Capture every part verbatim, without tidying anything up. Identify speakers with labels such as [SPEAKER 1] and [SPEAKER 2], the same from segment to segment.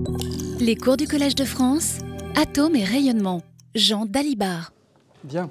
[SPEAKER 1] Les cours du Collège de France, Atomes et rayonnement, Jean Dalibard.
[SPEAKER 2] Bien.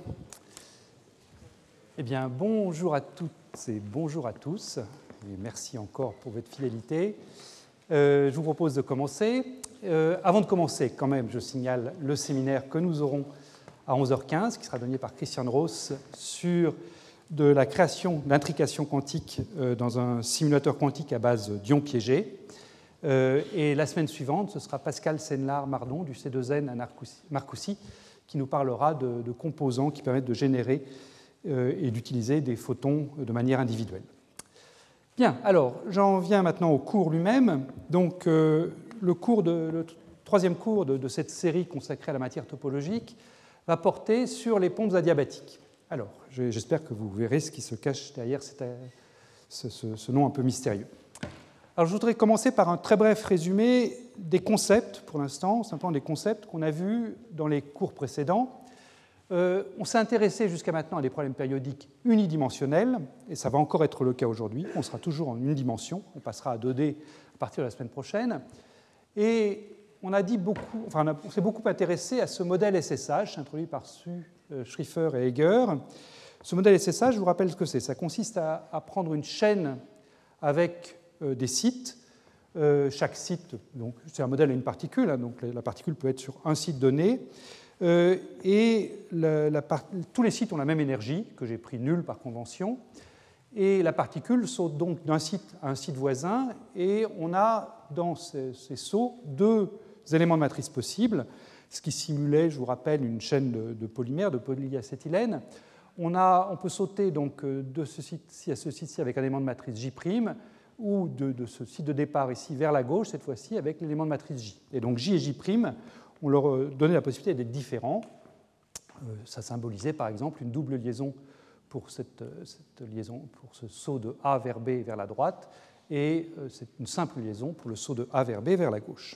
[SPEAKER 2] Eh bien, bonjour à toutes et bonjour à tous. Et merci encore pour votre fidélité. Euh, je vous propose de commencer. Euh, avant de commencer, quand même, je signale le séminaire que nous aurons à onze heures quinze, qui sera donné par Christian Ross sur de la création d'intrication quantique euh, dans un simulateur quantique à base d'ions piégés. Euh, et la semaine suivante, ce sera Pascal Senelard-Mardon du C deux N à Marcoussis qui nous parlera de, de composants qui permettent de générer euh, et d'utiliser des photons de manière individuelle. Bien, alors j'en viens maintenant au cours lui-même. Donc euh, le, cours de, le troisième cours de, de cette série consacrée à la matière topologique va porter sur les pompes adiabatiques. Alors, j'espère que vous verrez ce qui se cache derrière cette, ce, ce, ce nom un peu mystérieux. Alors, je voudrais commencer par un très bref résumé des concepts, pour l'instant, simplement des concepts qu'on a vus dans les cours précédents. Euh, on s'est intéressé jusqu'à maintenant à des problèmes périodiques unidimensionnels, et ça va encore être le cas aujourd'hui. On sera toujours en une dimension, on passera à deux D à partir de la semaine prochaine. Et on a dit beaucoup, enfin, on, on s'est beaucoup intéressé à ce modèle S S H, introduit par Su, euh, Schrieffer et Heger. Ce modèle S S H, je vous rappelle ce que c'est. Ça consiste à, à prendre une chaîne avec des sites. Euh, chaque site, donc, c'est un modèle à une particule, hein, donc la particule peut être sur un site donné, euh, et la, la part... tous les sites ont la même énergie, que j'ai pris nulle par convention, et la particule saute donc d'un site à un site voisin, et on a dans ces, ces sauts deux éléments de matrice possibles, ce qui simulait, je vous rappelle, une chaîne de, de polymères, de polyacétylène. On, a, on peut sauter donc de ce site-ci à ce site-ci avec un élément de matrice J', ou de, de ce site de départ ici vers la gauche, cette fois-ci avec l'élément de matrice J. Et donc J et J', on leur donnait la possibilité d'être différents. Euh, ça symbolisait par exemple une double liaison pour, cette, cette liaison, pour ce saut de A vers B vers la droite, et euh, c'est une simple liaison pour le saut de A vers B vers la gauche.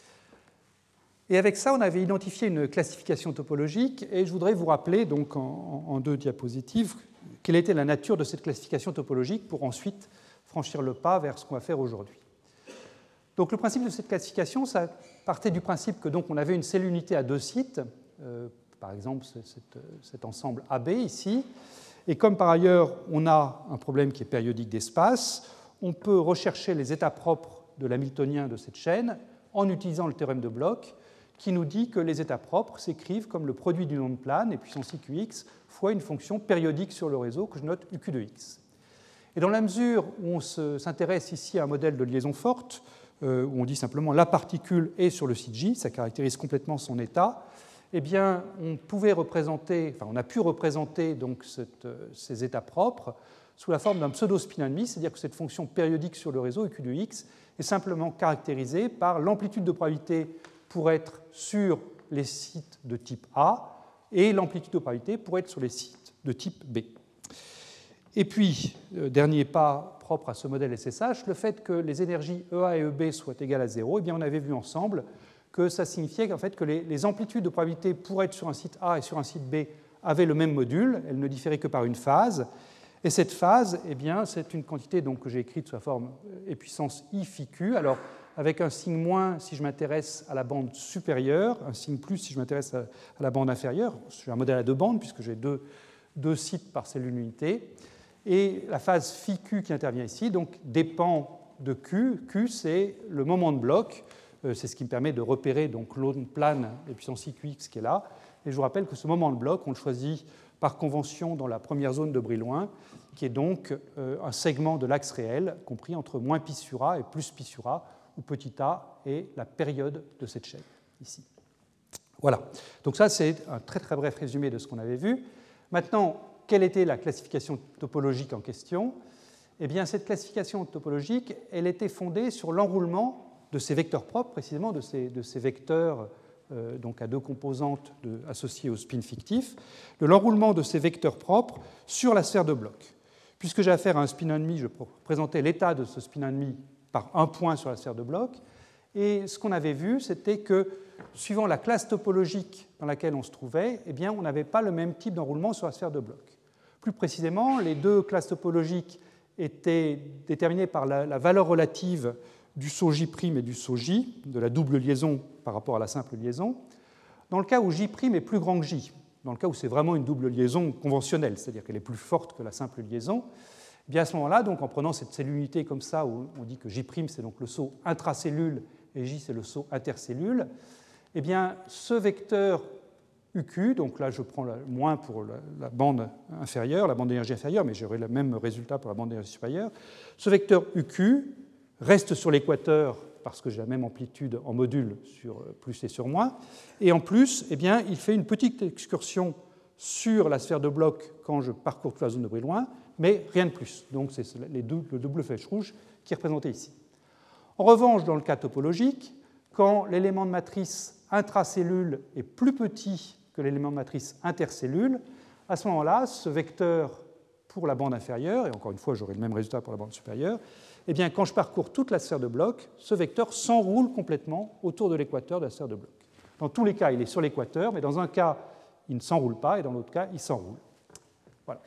[SPEAKER 2] Et avec ça, on avait identifié une classification topologique, et je voudrais vous rappeler donc en, en deux diapositives quelle était la nature de cette classification topologique pour ensuite franchir le pas vers ce qu'on va faire aujourd'hui. Donc le principe de cette classification, ça partait du principe que donc on avait une cellule unité à deux sites, euh, par exemple cet, cet ensemble A B ici, et comme par ailleurs on a un problème qui est périodique d'espace, on peut rechercher les états propres de l'hamiltonien de cette chaîne en utilisant le théorème de Bloch, qui nous dit que les états propres s'écrivent comme le produit du nom de plane et puissance I Q X fois une fonction périodique sur le réseau que je note U Q de X. Et dans la mesure où on s'intéresse ici à un modèle de liaison forte, euh, où on dit simplement la particule est sur le site J, ça caractérise complètement son état, eh bien, on pouvait représenter, enfin, on a pu représenter donc cette, ces états propres sous la forme d'un pseudo-spin and miss, c'est-à-dire que cette fonction périodique sur le réseau U Q de X est simplement caractérisée par l'amplitude de probabilité pour être sur les sites de type A et l'amplitude de probabilité pour être sur les sites de type B. Et puis, dernier pas propre à ce modèle S S H, le fait que les énergies E A et E B soient égales à zéro, eh bien on avait vu ensemble que ça signifiait qu'en fait, que les, les amplitudes de probabilité pour être sur un site A et sur un site B avaient le même module, elles ne différaient que par une phase. Et cette phase, eh bien, c'est une quantité donc, que j'ai écrite sous la forme E puissance I phi Q. Alors, avec un signe moins si je m'intéresse à la bande supérieure, un signe plus si je m'intéresse à, à la bande inférieure. C'est un modèle à deux bandes, puisque j'ai deux, deux sites par cellule unité. Et la phase phi Q qui intervient ici donc, dépend de Q. Q, c'est le moment de Bloch. Euh, c'est ce qui me permet de repérer donc, l'onde plane et puissance I Q X qui est là. Et je vous rappelle que ce moment de Bloch, on le choisit par convention dans la première zone de Brillouin, qui est donc euh, un segment de l'axe réel compris entre moins pi sur A et plus pi sur A, où petit a est la période de cette chaîne, ici. Voilà. Donc ça, c'est un très très bref résumé de ce qu'on avait vu. Maintenant, quelle était la classification topologique en question? Eh bien, cette classification topologique, elle était fondée sur l'enroulement de ces vecteurs propres, précisément de ces, de ces vecteurs euh, donc à deux composantes de, associées au spin fictif, de l'enroulement de ces vecteurs propres sur la sphère de Bloch. Puisque j'ai affaire à un spin and me, je présentais l'état de ce spin and me par un point sur la sphère de Bloch. Et ce qu'on avait vu, c'était que, suivant la classe topologique dans laquelle on se trouvait, eh bien, on n'avait pas le même type d'enroulement sur la sphère de Bloch. Plus précisément, les deux classes topologiques étaient déterminées par la, la valeur relative du saut J' et du saut J, de la double liaison par rapport à la simple liaison, dans le cas où J' est plus grand que J, dans le cas où c'est vraiment une double liaison conventionnelle, c'est-à-dire qu'elle est plus forte que la simple liaison, eh bien à ce moment-là, donc, en prenant cette cellule unité comme ça, où on dit que J' c'est donc le saut intracellule et J c'est le saut intercellule, eh bien ce vecteur U Q, donc là je prends le moins pour la, la bande inférieure, la bande d'énergie inférieure, mais j'aurai le même résultat pour la bande d'énergie supérieure, ce vecteur U Q reste sur l'équateur parce que j'ai la même amplitude en module sur plus et sur moins, et en plus, eh bien, il fait une petite excursion sur la sphère de bloc quand je parcours toute la zone de Brillouin, mais rien de plus. Donc c'est les deux, le double flèche rouge qui est représenté ici. En revanche, dans le cas topologique, quand l'élément de matrice intracellule est plus petit que l'élément de matrice intercellule, à ce moment-là, ce vecteur pour la bande inférieure, et encore une fois j'aurai le même résultat pour la bande supérieure, eh bien, quand je parcours toute la sphère de bloc, ce vecteur s'enroule complètement autour de l'équateur de la sphère de bloc. Dans tous les cas, il est sur l'équateur, mais dans un cas, il ne s'enroule pas, et dans l'autre cas, il s'enroule. Voilà.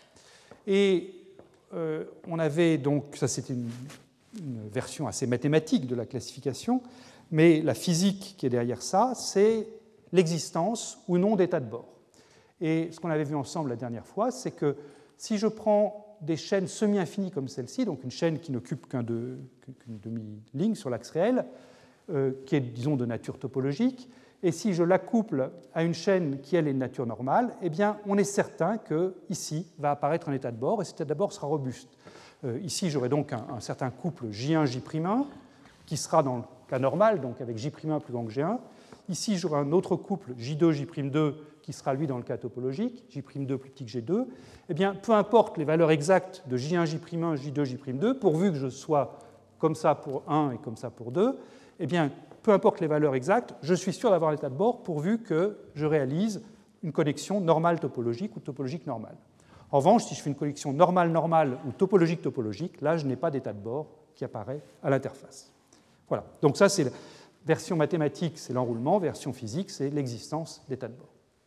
[SPEAKER 2] Et euh, on avait donc, ça c'était une, une version assez mathématique de la classification, mais la physique qui est derrière ça, c'est l'existence ou non d'état de bord. Et ce qu'on avait vu ensemble la dernière fois, c'est que si je prends des chaînes semi-infinies comme celle-ci, donc une chaîne qui n'occupe qu'un de, qu'une demi-ligne sur l'axe réel, euh, qui est, disons, de nature topologique, et si je la couple à une chaîne qui, elle, est de nature normale, eh bien, on est certain qu'ici va apparaître un état de bord, et cet état de bord sera robuste. Euh, ici, j'aurai donc un, un certain couple J un J' un, qui sera dans le cas normal, donc avec J' un plus grand que G un. Ici, j'aurai un autre couple J deux J' deux, qui sera lui dans le cas topologique, J' deux plus petit que G deux, eh bien, peu importe les valeurs exactes de J un J' un, J deux J' deux, pourvu que je sois comme ça pour un et comme ça pour deux, eh bien, peu importe les valeurs exactes, je suis sûr d'avoir l'état de bord pourvu que je réalise une connexion normale topologique ou topologique normale. En revanche, si je fais une connexion normale-normale ou topologique-topologique, là, je n'ai pas d'état de bord qui apparaît à l'interface. Voilà. Donc ça, c'est la version mathématique, c'est l'enroulement, version physique, c'est l'existence d'état de bord.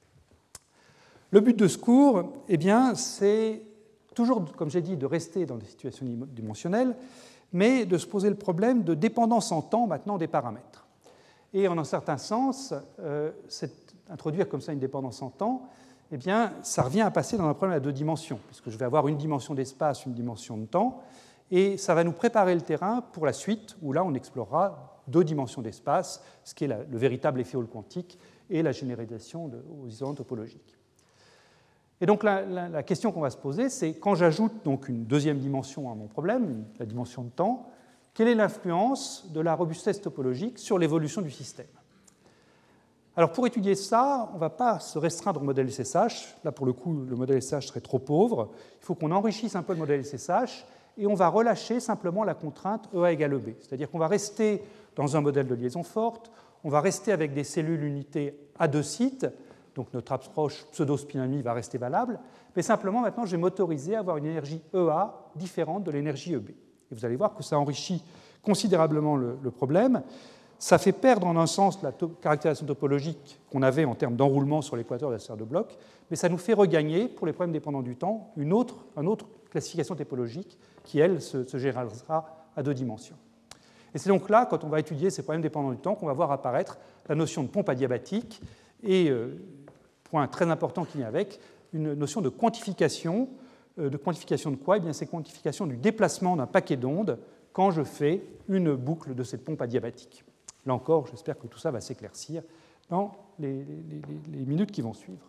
[SPEAKER 2] Le but de ce cours, eh bien, c'est toujours, comme j'ai dit, de rester dans des situations dimensionnelles, mais de se poser le problème de dépendance en temps maintenant des paramètres. Et en un certain sens, euh, introduire comme ça une dépendance en temps, eh bien, ça revient à passer dans un problème à deux dimensions, puisque je vais avoir une dimension d'espace, une dimension de temps, et ça va nous préparer le terrain pour la suite, où là, on explorera deux dimensions d'espace, ce qui est la, le véritable effet Hall quantique et la généralisation de, aux isolants topologiques. Et donc la, la, la question qu'on va se poser, c'est quand j'ajoute donc une deuxième dimension à mon problème, la dimension de temps, quelle est l'influence de la robustesse topologique sur l'évolution du système? Alors pour étudier ça, on ne va pas se restreindre au modèle S S H. Là, pour le coup, le modèle S S H serait trop pauvre. Il faut qu'on enrichisse un peu le modèle S S H et on va relâcher simplement la contrainte E A égale E B. C'est-à-dire qu'on va rester dans un modèle de liaison forte, on va rester avec des cellules unités à deux sites, donc notre approche pseudo-spinamie va rester valable, mais simplement maintenant je vais m'autoriser à avoir une énergie E A différente de l'énergie E B. Et vous allez voir que ça enrichit considérablement le, le problème. Ça fait perdre en un sens la to- caractérisation topologique qu'on avait en termes d'enroulement sur l'équateur de la sphère de bloc, mais ça nous fait regagner, pour les problèmes dépendants du temps, une autre, une autre classification topologique qui, elle, se, se généralisera à deux dimensions. Et c'est donc là, quand on va étudier ces problèmes dépendants du temps, qu'on va voir apparaître la notion de pompe adiabatique et, euh, point très important qui vient avec, une notion de quantification. Euh, de quantification de quoi? Eh bien, c'est quantification du déplacement d'un paquet d'ondes quand je fais une boucle de cette pompe adiabatique. Là encore, j'espère que tout ça va s'éclaircir dans les, les, les minutes qui vont suivre.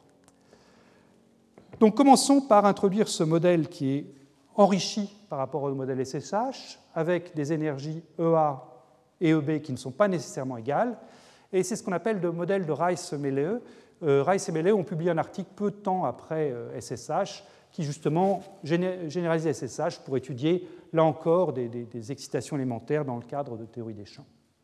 [SPEAKER 2] Donc, commençons par introduire ce modèle qui est enrichi par rapport au modèle S S H, avec des énergies E A et E B qui ne sont pas nécessairement égales. Et c'est ce qu'on appelle le modèle de Rice-Meillet. Euh, Rice et Meillet ont publié un article peu de temps après euh, S S H qui, justement, généralisait S S H pour étudier, là encore, des, des, des excitations élémentaires dans le cadre de théorie des champs.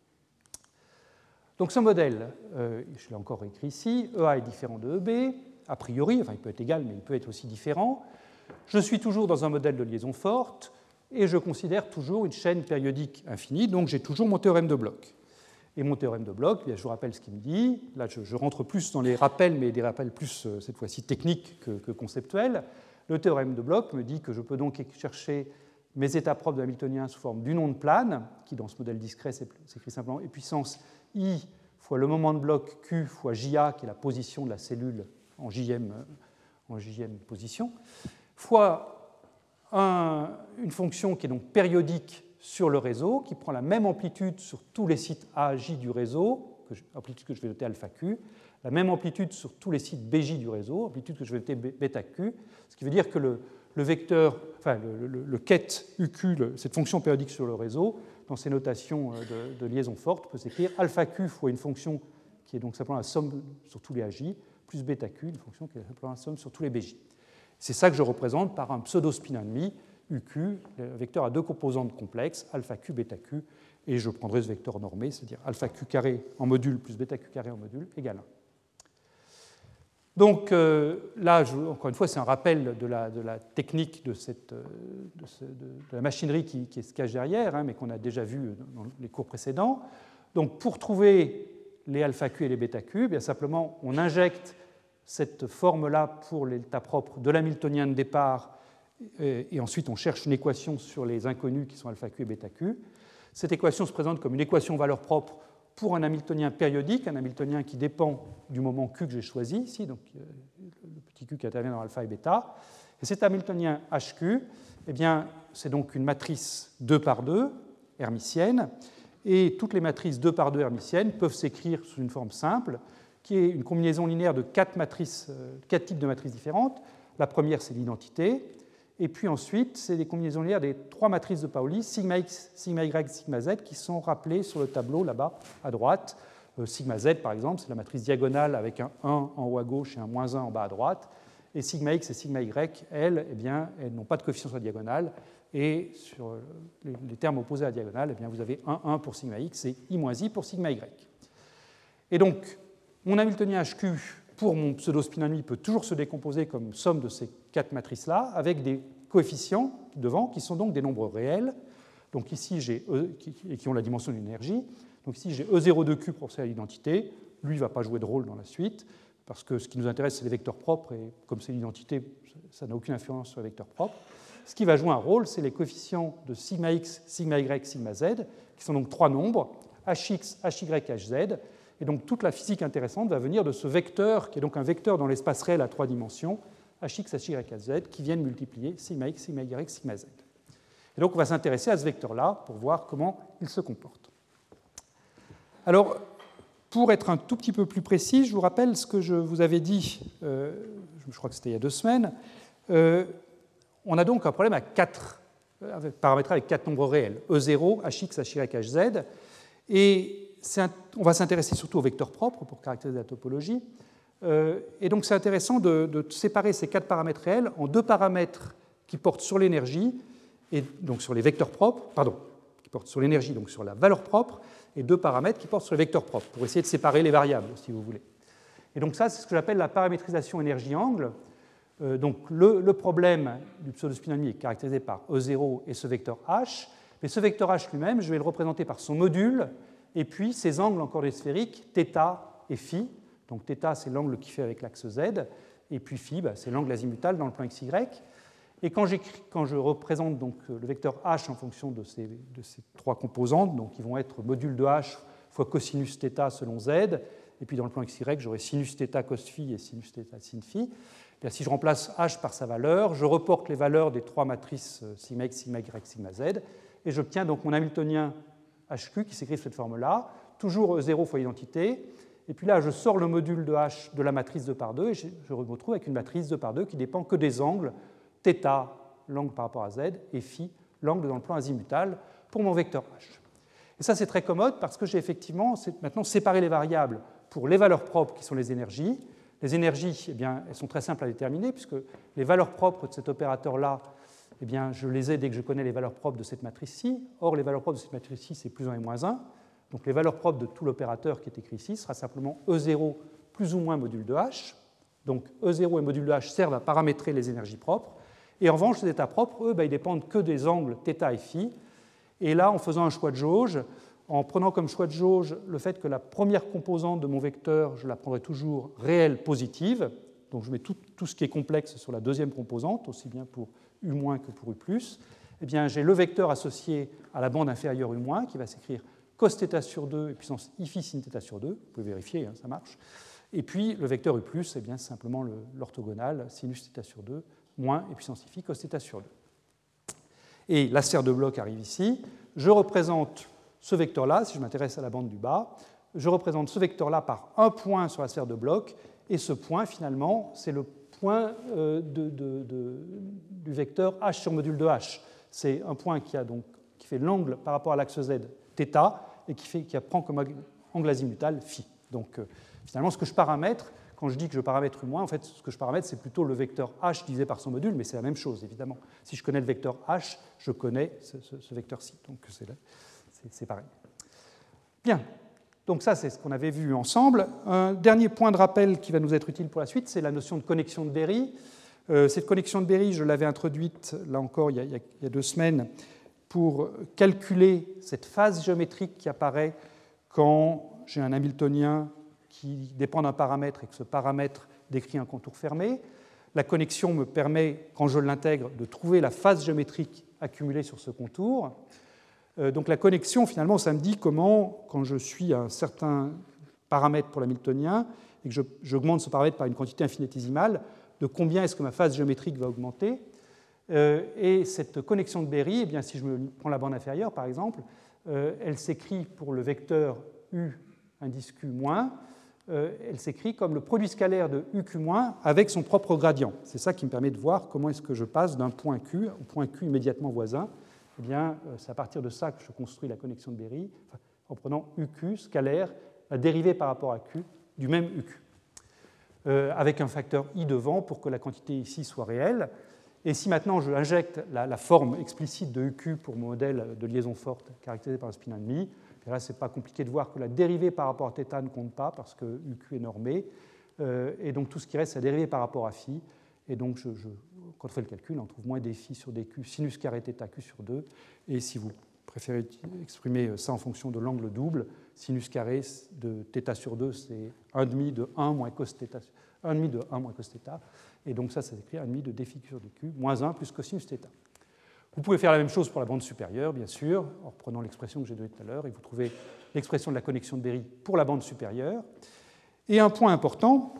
[SPEAKER 2] Donc ce modèle, euh, je l'ai encore écrit ici, E A est différent de E B, a priori, enfin il peut être égal, mais il peut être aussi différent. Je suis toujours dans un modèle de liaison forte, et je considère toujours une chaîne périodique infinie, donc j'ai toujours mon théorème de Bloch. Et mon théorème de Bloch, je vous rappelle ce qu'il me dit, là je, je rentre plus dans les rappels, mais des rappels plus, cette fois-ci, techniques que, que conceptuels. Le théorème de Bloch me dit que je peux donc chercher mes états propres de Hamiltonien sous forme d'une onde plane, qui dans ce modèle discret s'écrit simplement E puissance I fois le moment de bloc Q fois J A, qui est la position de la cellule en jème, en jème position, fois un, une fonction qui est donc périodique sur le réseau, qui prend la même amplitude sur tous les sites A J du réseau, que je, amplitude que je vais noter alpha Q, la même amplitude sur tous les sites B J du réseau, amplitude que je vais noter bêta Q, ce qui veut dire que le, le vecteur, enfin le, le, le ket U Q, le, cette fonction périodique sur le réseau, dans ces notations de, de liaison forte, peut s'écrire alpha Q fois une fonction qui est donc simplement la somme sur tous les A J, plus bêta Q, une fonction qui est simplement la somme sur tous les B J. C'est ça que je représente par un pseudo-spin ennemi, U Q, le vecteur à deux composantes complexes, alpha Q, bêta Q, et je prendrai ce vecteur normé, c'est-à-dire alpha Q carré en module plus bêta Q carré en module égale un. Donc euh, là, je, encore une fois, c'est un rappel de la, de la technique de, cette, de, ce, de, de la machinerie qui, qui se cache derrière, hein, mais qu'on a déjà vu dans les cours précédents. Donc pour trouver les alpha Q et les bêta Q, bien simplement, on injecte cette forme-là pour l'état propre de l'hamiltonien de départ, et, et ensuite on cherche une équation sur les inconnus qui sont alpha Q et bêta Q. Cette équation se présente comme une équation valeur propre pour un hamiltonien périodique, un hamiltonien qui dépend du moment Q que j'ai choisi, ici, donc le petit Q qui intervient dans alpha et bêta. Et cet hamiltonien H Q, eh bien, c'est donc une matrice deux par deux, hermitienne, et toutes les matrices deux par deux hermitiennes peuvent s'écrire sous une forme simple, qui est une combinaison linéaire de quatre, matrices, quatre types de matrices différentes. La première, c'est l'identité, et puis ensuite, c'est des combinaisons linéaires des trois matrices de Pauli, sigma x, sigma y, sigma z, qui sont rappelées sur le tableau là-bas à droite. Euh, sigma z, par exemple, c'est la matrice diagonale avec un un en haut à gauche et un moins un en bas à droite. Et sigma x et sigma y, elles, eh bien, elles n'ont pas de coefficient sur la diagonale. Et sur les, les termes opposés à la diagonale, eh bien, vous avez un, un pour sigma x et i moins i pour sigma y. Et donc, mon hamiltonien H Q pour mon pseudo-spin ennemi peut toujours se décomposer comme somme de ces quatre matrices-là, avec des coefficients devant, qui sont donc des nombres réels. Donc ici, j'ai E, qui, et qui ont la dimension de l'énergie. Donc ici, j'ai E zéro deux Q pour ça à l'identité. Lui ne va pas jouer de rôle dans la suite, parce que ce qui nous intéresse, c'est les vecteurs propres, et comme c'est l'identité, ça n'a aucune influence sur les vecteurs propres. Ce qui va jouer un rôle, c'est les coefficients de sigma x, sigma y, sigma z, qui sont donc trois nombres, hx, hy, hz. Et donc toute la physique intéressante va venir de ce vecteur, qui est donc un vecteur dans l'espace réel à trois dimensions, hx, hy, hz, qui viennent multiplier sigma x, sigma y, sigma z. Et donc on va s'intéresser à ce vecteur-là pour voir comment il se comporte. Alors, pour être un tout petit peu plus précis, je vous rappelle ce que je vous avais dit, euh, je crois que c'était il y a deux semaines. Euh, on a donc un problème à quatre, avec, paramétré avec quatre nombres réels, E zéro, hx, hy, hz, et un, on va s'intéresser surtout aux vecteurs propres pour caractériser la topologie. Euh, et donc c'est intéressant de, de séparer ces quatre paramètres réels en deux paramètres qui portent sur l'énergie, et donc sur les vecteurs propres, pardon, qui portent sur l'énergie, donc sur la valeur propre, et deux paramètres qui portent sur les vecteurs propres, pour essayer de séparer les variables, si vous voulez. Et donc ça, c'est ce que j'appelle la paramétrisation énergie-angle. Euh, donc le, le problème du pseudo-spin ennemi est caractérisé par E zéro et ce vecteur H, mais ce vecteur H lui-même, je vais le représenter par son module, et puis ces angles en coordonnées sphériques, θ et φ. Donc θ, c'est l'angle qui fait avec l'axe Z, et puis φ, bah, c'est l'angle azimutal dans le plan xy. Et quand, quand je représente donc le vecteur H en fonction de ces, de ces trois composantes, donc qui vont être module de H fois cosinus θ selon Z, et puis dans le plan xy, j'aurai sinus θ cos φ et sinus θ sin φ. Et si je remplace H par sa valeur, je reporte les valeurs des trois matrices sigma x, sigma y, sigma z, et j'obtiens donc mon hamiltonien H Q qui s'écrit de cette forme-là, toujours E zéro fois identité, et puis là je sors le module de H de la matrice deux par deux, et je me retrouve avec une matrice deux par deux qui dépend que des angles, θ, l'angle par rapport à Z, et φ, l'angle dans le plan azimutal, pour mon vecteur H. Et ça c'est très commode parce que j'ai effectivement maintenant séparé les variables pour les valeurs propres qui sont les énergies. Les énergies, eh bien, elles sont très simples à déterminer, puisque les valeurs propres de cet opérateur-là, eh bien, je les ai dès que je connais les valeurs propres de cette matrice-ci. Or, les valeurs propres de cette matrice-ci, c'est plus un et moins un. Donc, les valeurs propres de tout l'opérateur qui est écrit ici sera simplement E zéro plus ou moins module de H. Donc, E zéro et module de H servent à paramétrer les énergies propres. Et en revanche, les états propres, eux, ben, ils dépendent que des angles θ et φ. Et là, en faisant un choix de jauge, en prenant comme choix de jauge le fait que la première composante de mon vecteur, je la prendrai toujours réelle positive. Donc, je mets tout, tout ce qui est complexe sur la deuxième composante, aussi bien pour U- que pour U+, eh bien, j'ai le vecteur associé à la bande inférieure U- qui va s'écrire cos θ sur deux et puissance I phi sin θ sur deux. Vous pouvez vérifier, hein, ça marche. Et puis le vecteur U+, eh bien, c'est simplement l'orthogonale sinus θ sur deux moins et puissance I phi cos θ sur deux. Et la serre de bloc arrive ici. Je représente ce vecteur-là, si je m'intéresse à la bande du bas, je représente ce vecteur-là par un point sur la serre de bloc, et ce point, finalement, c'est le point euh, de, de, de, du vecteur H sur module de H. C'est un point qui, a donc, qui fait l'angle par rapport à l'axe Z, θ, et qui, fait, qui prend comme angle azimutal phi. Donc, euh, finalement, ce que je paramètre, quand je dis que je paramètre U-, en fait, ce que je paramètre, c'est plutôt le vecteur H divisé par son module, mais c'est la même chose, évidemment. Si je connais le vecteur H, je connais ce, ce, ce vecteur-ci. Donc, c'est pareil. Bien. Donc, ça, c'est ce qu'on avait vu ensemble. Un dernier point de rappel qui va nous être utile pour la suite, c'est la notion de connexion de Berry. Euh, cette connexion de Berry, je l'avais introduite, là encore, il y, a, il y a deux semaines, pour calculer cette phase géométrique qui apparaît quand j'ai un Hamiltonien qui dépend d'un paramètre et que ce paramètre décrit un contour fermé. La connexion me permet, quand je l'intègre, de trouver la phase géométrique accumulée sur ce contour. Euh, donc la connexion, finalement, ça me dit comment, quand je suis à un certain paramètre pour l'hamiltonien et que j'augmente ce paramètre par une quantité infinitésimale, de combien est-ce que ma phase géométrique va augmenter. Euh, et cette connexion de Berry, eh bien, si je me prends la bande inférieure, par exemple, euh, elle s'écrit pour le vecteur U indice Q-, euh, elle s'écrit comme le produit scalaire de U Q- avec son propre gradient. C'est ça qui me permet de voir comment est-ce que je passe d'un point Q au point Q immédiatement voisin. Eh bien, euh, c'est à partir de ça que je construis la connexion de Berry, enfin, en prenant U Q scalaire, la dérivée par rapport à Q du même U Q, euh, avec un facteur I devant pour que la quantité ici soit réelle. Et si maintenant je injecte la, la forme explicite de U Q pour mon modèle de liaison forte caractérisé par un spin un demi, et là, ce n'est pas compliqué de voir que la dérivée par rapport à θ ne compte pas parce que U Q est normé. Euh, et donc tout ce qui reste, c'est la dérivée par rapport à phi. Et donc, je, je, quand on fait le calcul, on trouve moins d phi sur dq sinus carré θ q sur deux. Et si vous préférez exprimer ça en fonction de l'angle double, sinus carré de θ sur deux, c'est un demi de un moins cos θ, un demi de un moins cos θ. Et donc ça, ça s'écrit un demi de d phi sur dq, moins un plus cosinus θ. Vous pouvez faire la même chose pour la bande supérieure, bien sûr, en reprenant l'expression que j'ai donnée tout à l'heure, et vous trouvez l'expression de la connexion de Berry pour la bande supérieure. Et un point important,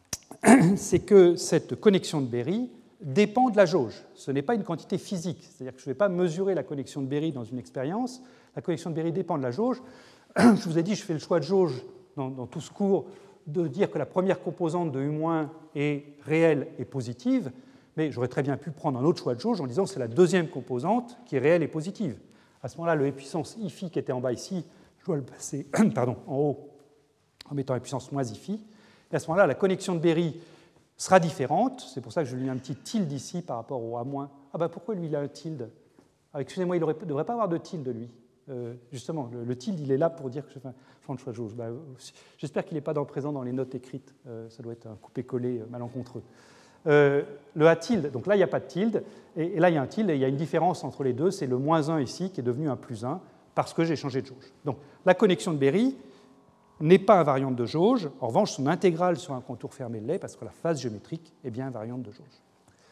[SPEAKER 2] c'est que cette connexion de Berry dépend de la jauge. Ce n'est pas une quantité physique, c'est-à-dire que je ne vais pas mesurer la connexion de Berry dans une expérience. La connexion de Berry dépend de la jauge. Je vous ai dit, je fais le choix de jauge dans, dans tout ce cours de dire que la première composante de U- est réelle et positive. Mais j'aurais très bien pu prendre un autre choix de jauge en disant que c'est la deuxième composante qui est réelle et positive. À ce moment-là, le E puissance I phi qui était en bas ici, je dois le passer pardon, en haut en mettant E puissance moins I phi. Et à ce moment-là, la connexion de Berry sera différente. C'est pour ça que je lui ai mis un petit tilde ici par rapport au A-. Ah ben pourquoi lui il a un tilde? ah, Excusez-moi, il ne devrait pas avoir de tilde lui. Euh, justement, le, le tilde il est là pour dire que je fais un choix de jauge. Ben, j'espère qu'il n'est pas dans, présent dans les notes écrites. Euh, ça doit être un coupé-collé malencontreux. Euh, le A tilde, donc là il n'y a pas de tilde, et, et là il y a un tilde, et il y a une différence entre les deux, c'est le moins un ici qui est devenu un plus un parce que j'ai changé de jauge. Donc la connexion de Berry n'est pas invariante de jauge, en revanche son intégrale sur un contour fermé l'est parce que la phase géométrique est bien invariante de jauge.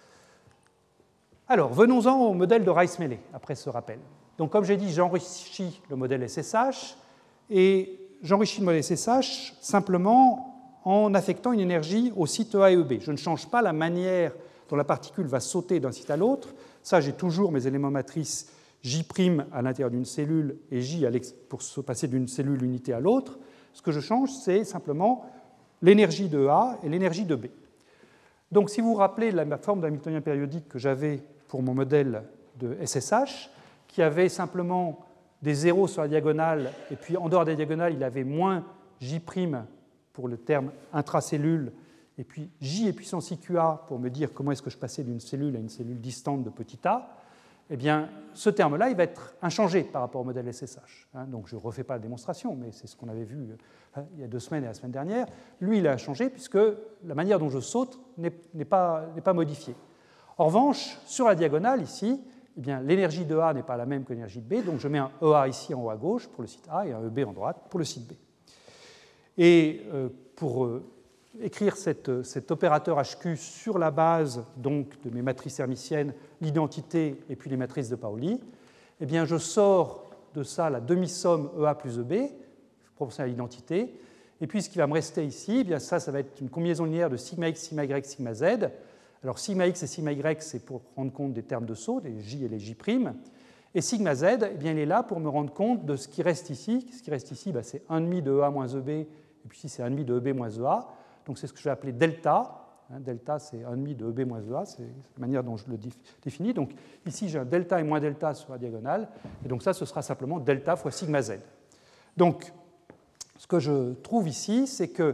[SPEAKER 2] Alors venons-en au modèle de Rice-Meillet après ce rappel. Donc comme j'ai dit, j'enrichis le modèle S S H, et j'enrichis le modèle S S H simplement en affectant une énergie aux sites E A et E B. Je ne change pas la manière dont la particule va sauter d'un site à l'autre. Ça, j'ai toujours mes éléments matrices J' à l'intérieur d'une cellule et J pour se passer d'une cellule unité à l'autre. Ce que je change, c'est simplement l'énergie de A et l'énergie de B. Donc, si vous vous rappelez la forme d'hamiltonien périodique que j'avais pour mon modèle de S S H, qui avait simplement des zéros sur la diagonale, et puis en dehors des diagonales, il avait moins J' pour le terme intracellule, et puis J et puissance I Q A pour me dire comment est-ce que je passais d'une cellule à une cellule distante de petit a, eh bien, ce terme-là, il va être inchangé par rapport au modèle S S H. Donc, je ne refais pas la démonstration, mais c'est ce qu'on avait vu il y a deux semaines et la semaine dernière. Lui, il a changé puisque la manière dont je saute n'est pas, n'est pas modifiée. En revanche, sur la diagonale, ici, eh bien, l'énergie de A n'est pas la même que l'énergie de B, donc je mets un E A ici en haut à gauche pour le site A et un E B en droite pour le site B. Et euh, pour euh, écrire cette, cet opérateur H Q sur la base donc, de mes matrices hermitiennes, l'identité et puis les matrices de Pauli, eh bien, je sors de ça la demi-somme E A plus E B, proportionnelle à l'identité. Et puis, ce qui va me rester ici, eh bien, ça, ça va être une combinaison linéaire de sigma x, sigma y, sigma z. Alors, sigma x et sigma y, c'est pour rendre compte des termes de saut, des j et les j'. Et sigma z, eh bien, il est là pour me rendre compte de ce qui reste ici. Ce qui reste ici, ben, c'est un virgule cinq de E A moins E B, et puis ici, c'est un virgule cinq de E B moins E A. Donc, c'est ce que je vais appeler delta. Hein, delta, c'est un virgule cinq de E B moins E A, c'est la manière dont je le définis. Donc, ici, j'ai un delta et moins delta sur la diagonale. Et donc, ça, ce sera simplement delta fois sigma z. Donc, ce que je trouve ici, c'est que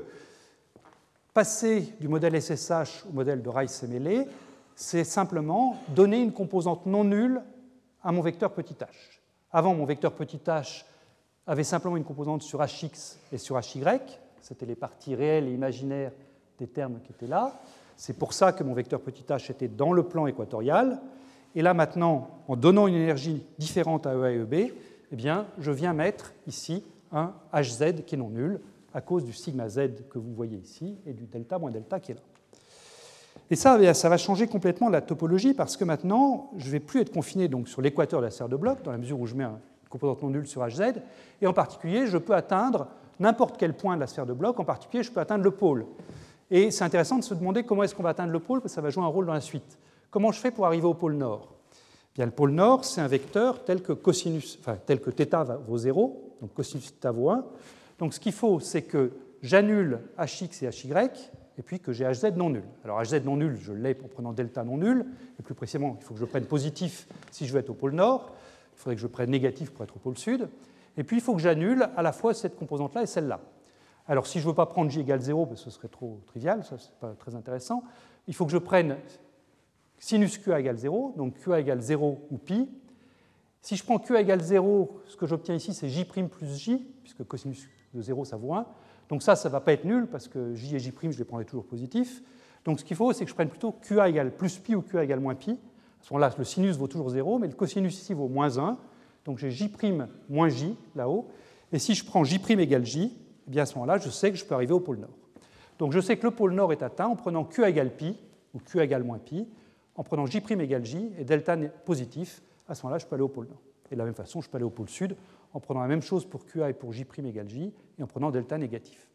[SPEAKER 2] passer du modèle S S H au modèle de Rice-Semeley, c'est simplement donner une composante non nulle à mon vecteur petit h. Avant, mon vecteur petit h avait simplement une composante sur H X et sur H Y. C'était les parties réelles et imaginaires des termes qui étaient là. C'est pour ça que mon vecteur petit h était dans le plan équatorial. Et là, maintenant, en donnant une énergie différente à E A et E B, eh bien, je viens mettre ici un H Z qui est non nul à cause du sigma Z que vous voyez ici et du delta moins delta qui est là. Et ça, ça va changer complètement la topologie parce que maintenant, je ne vais plus être confiné donc, sur l'équateur de la sphère de bloc dans la mesure où je mets une composante non nulle sur H Z. Et en particulier, je peux atteindre n'importe quel point de la sphère de bloc. En particulier, je peux atteindre le pôle. Et c'est intéressant de se demander comment est-ce qu'on va atteindre le pôle parce que ça va jouer un rôle dans la suite. Comment je fais pour arriver au pôle nord ? Bien, le pôle nord, c'est un vecteur tel que cosinus, enfin, tel que θ vaut zéro, donc cosinus θ vaut un. Donc ce qu'il faut, c'est que j'annule H X et H Y, et puis que j'ai H Z non nul. Alors H Z non nul, je l'ai en prenant delta non nul, et plus précisément, il faut que je prenne positif si je veux être au pôle nord, il faudrait que je prenne négatif pour être au pôle sud, et puis il faut que j'annule à la fois cette composante-là et celle-là. Alors si je ne veux pas prendre J égale zéro, parce que ce serait trop trivial, ça c'est pas très intéressant, il faut que je prenne sinus Q A égale zéro, donc Q A égale zéro ou pi. Si je prends Q A égale zéro, ce que j'obtiens ici, c'est J' plus J, puisque cosinus de zéro, ça vaut un. Donc ça, ça ne va pas être nul, parce que J et J', je les prendrai toujours positifs. Donc ce qu'il faut, c'est que je prenne plutôt Q A égale plus pi ou Q A égale moins pi. À ce moment-là, le sinus vaut toujours zéro, mais le cosinus ici vaut moins un. Donc j'ai J' moins J, là-haut. Et si je prends J' égale J, eh bien à ce moment-là, je sais que je peux arriver au pôle nord. Donc je sais que le pôle nord est atteint en prenant Q A égale pi, ou Q A égale moins pi, en prenant J' égale J et delta positif. À ce moment-là, je peux aller au pôle nord. Et de la même façon, je peux aller au pôle sud en prenant la même chose pour Q A et pour J' égale J et en prenant delta négatif.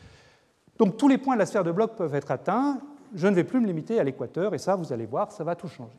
[SPEAKER 2] Donc tous les points de la sphère de bloc peuvent être atteints. Je ne vais plus me limiter à l'équateur et ça, vous allez voir, ça va tout changer.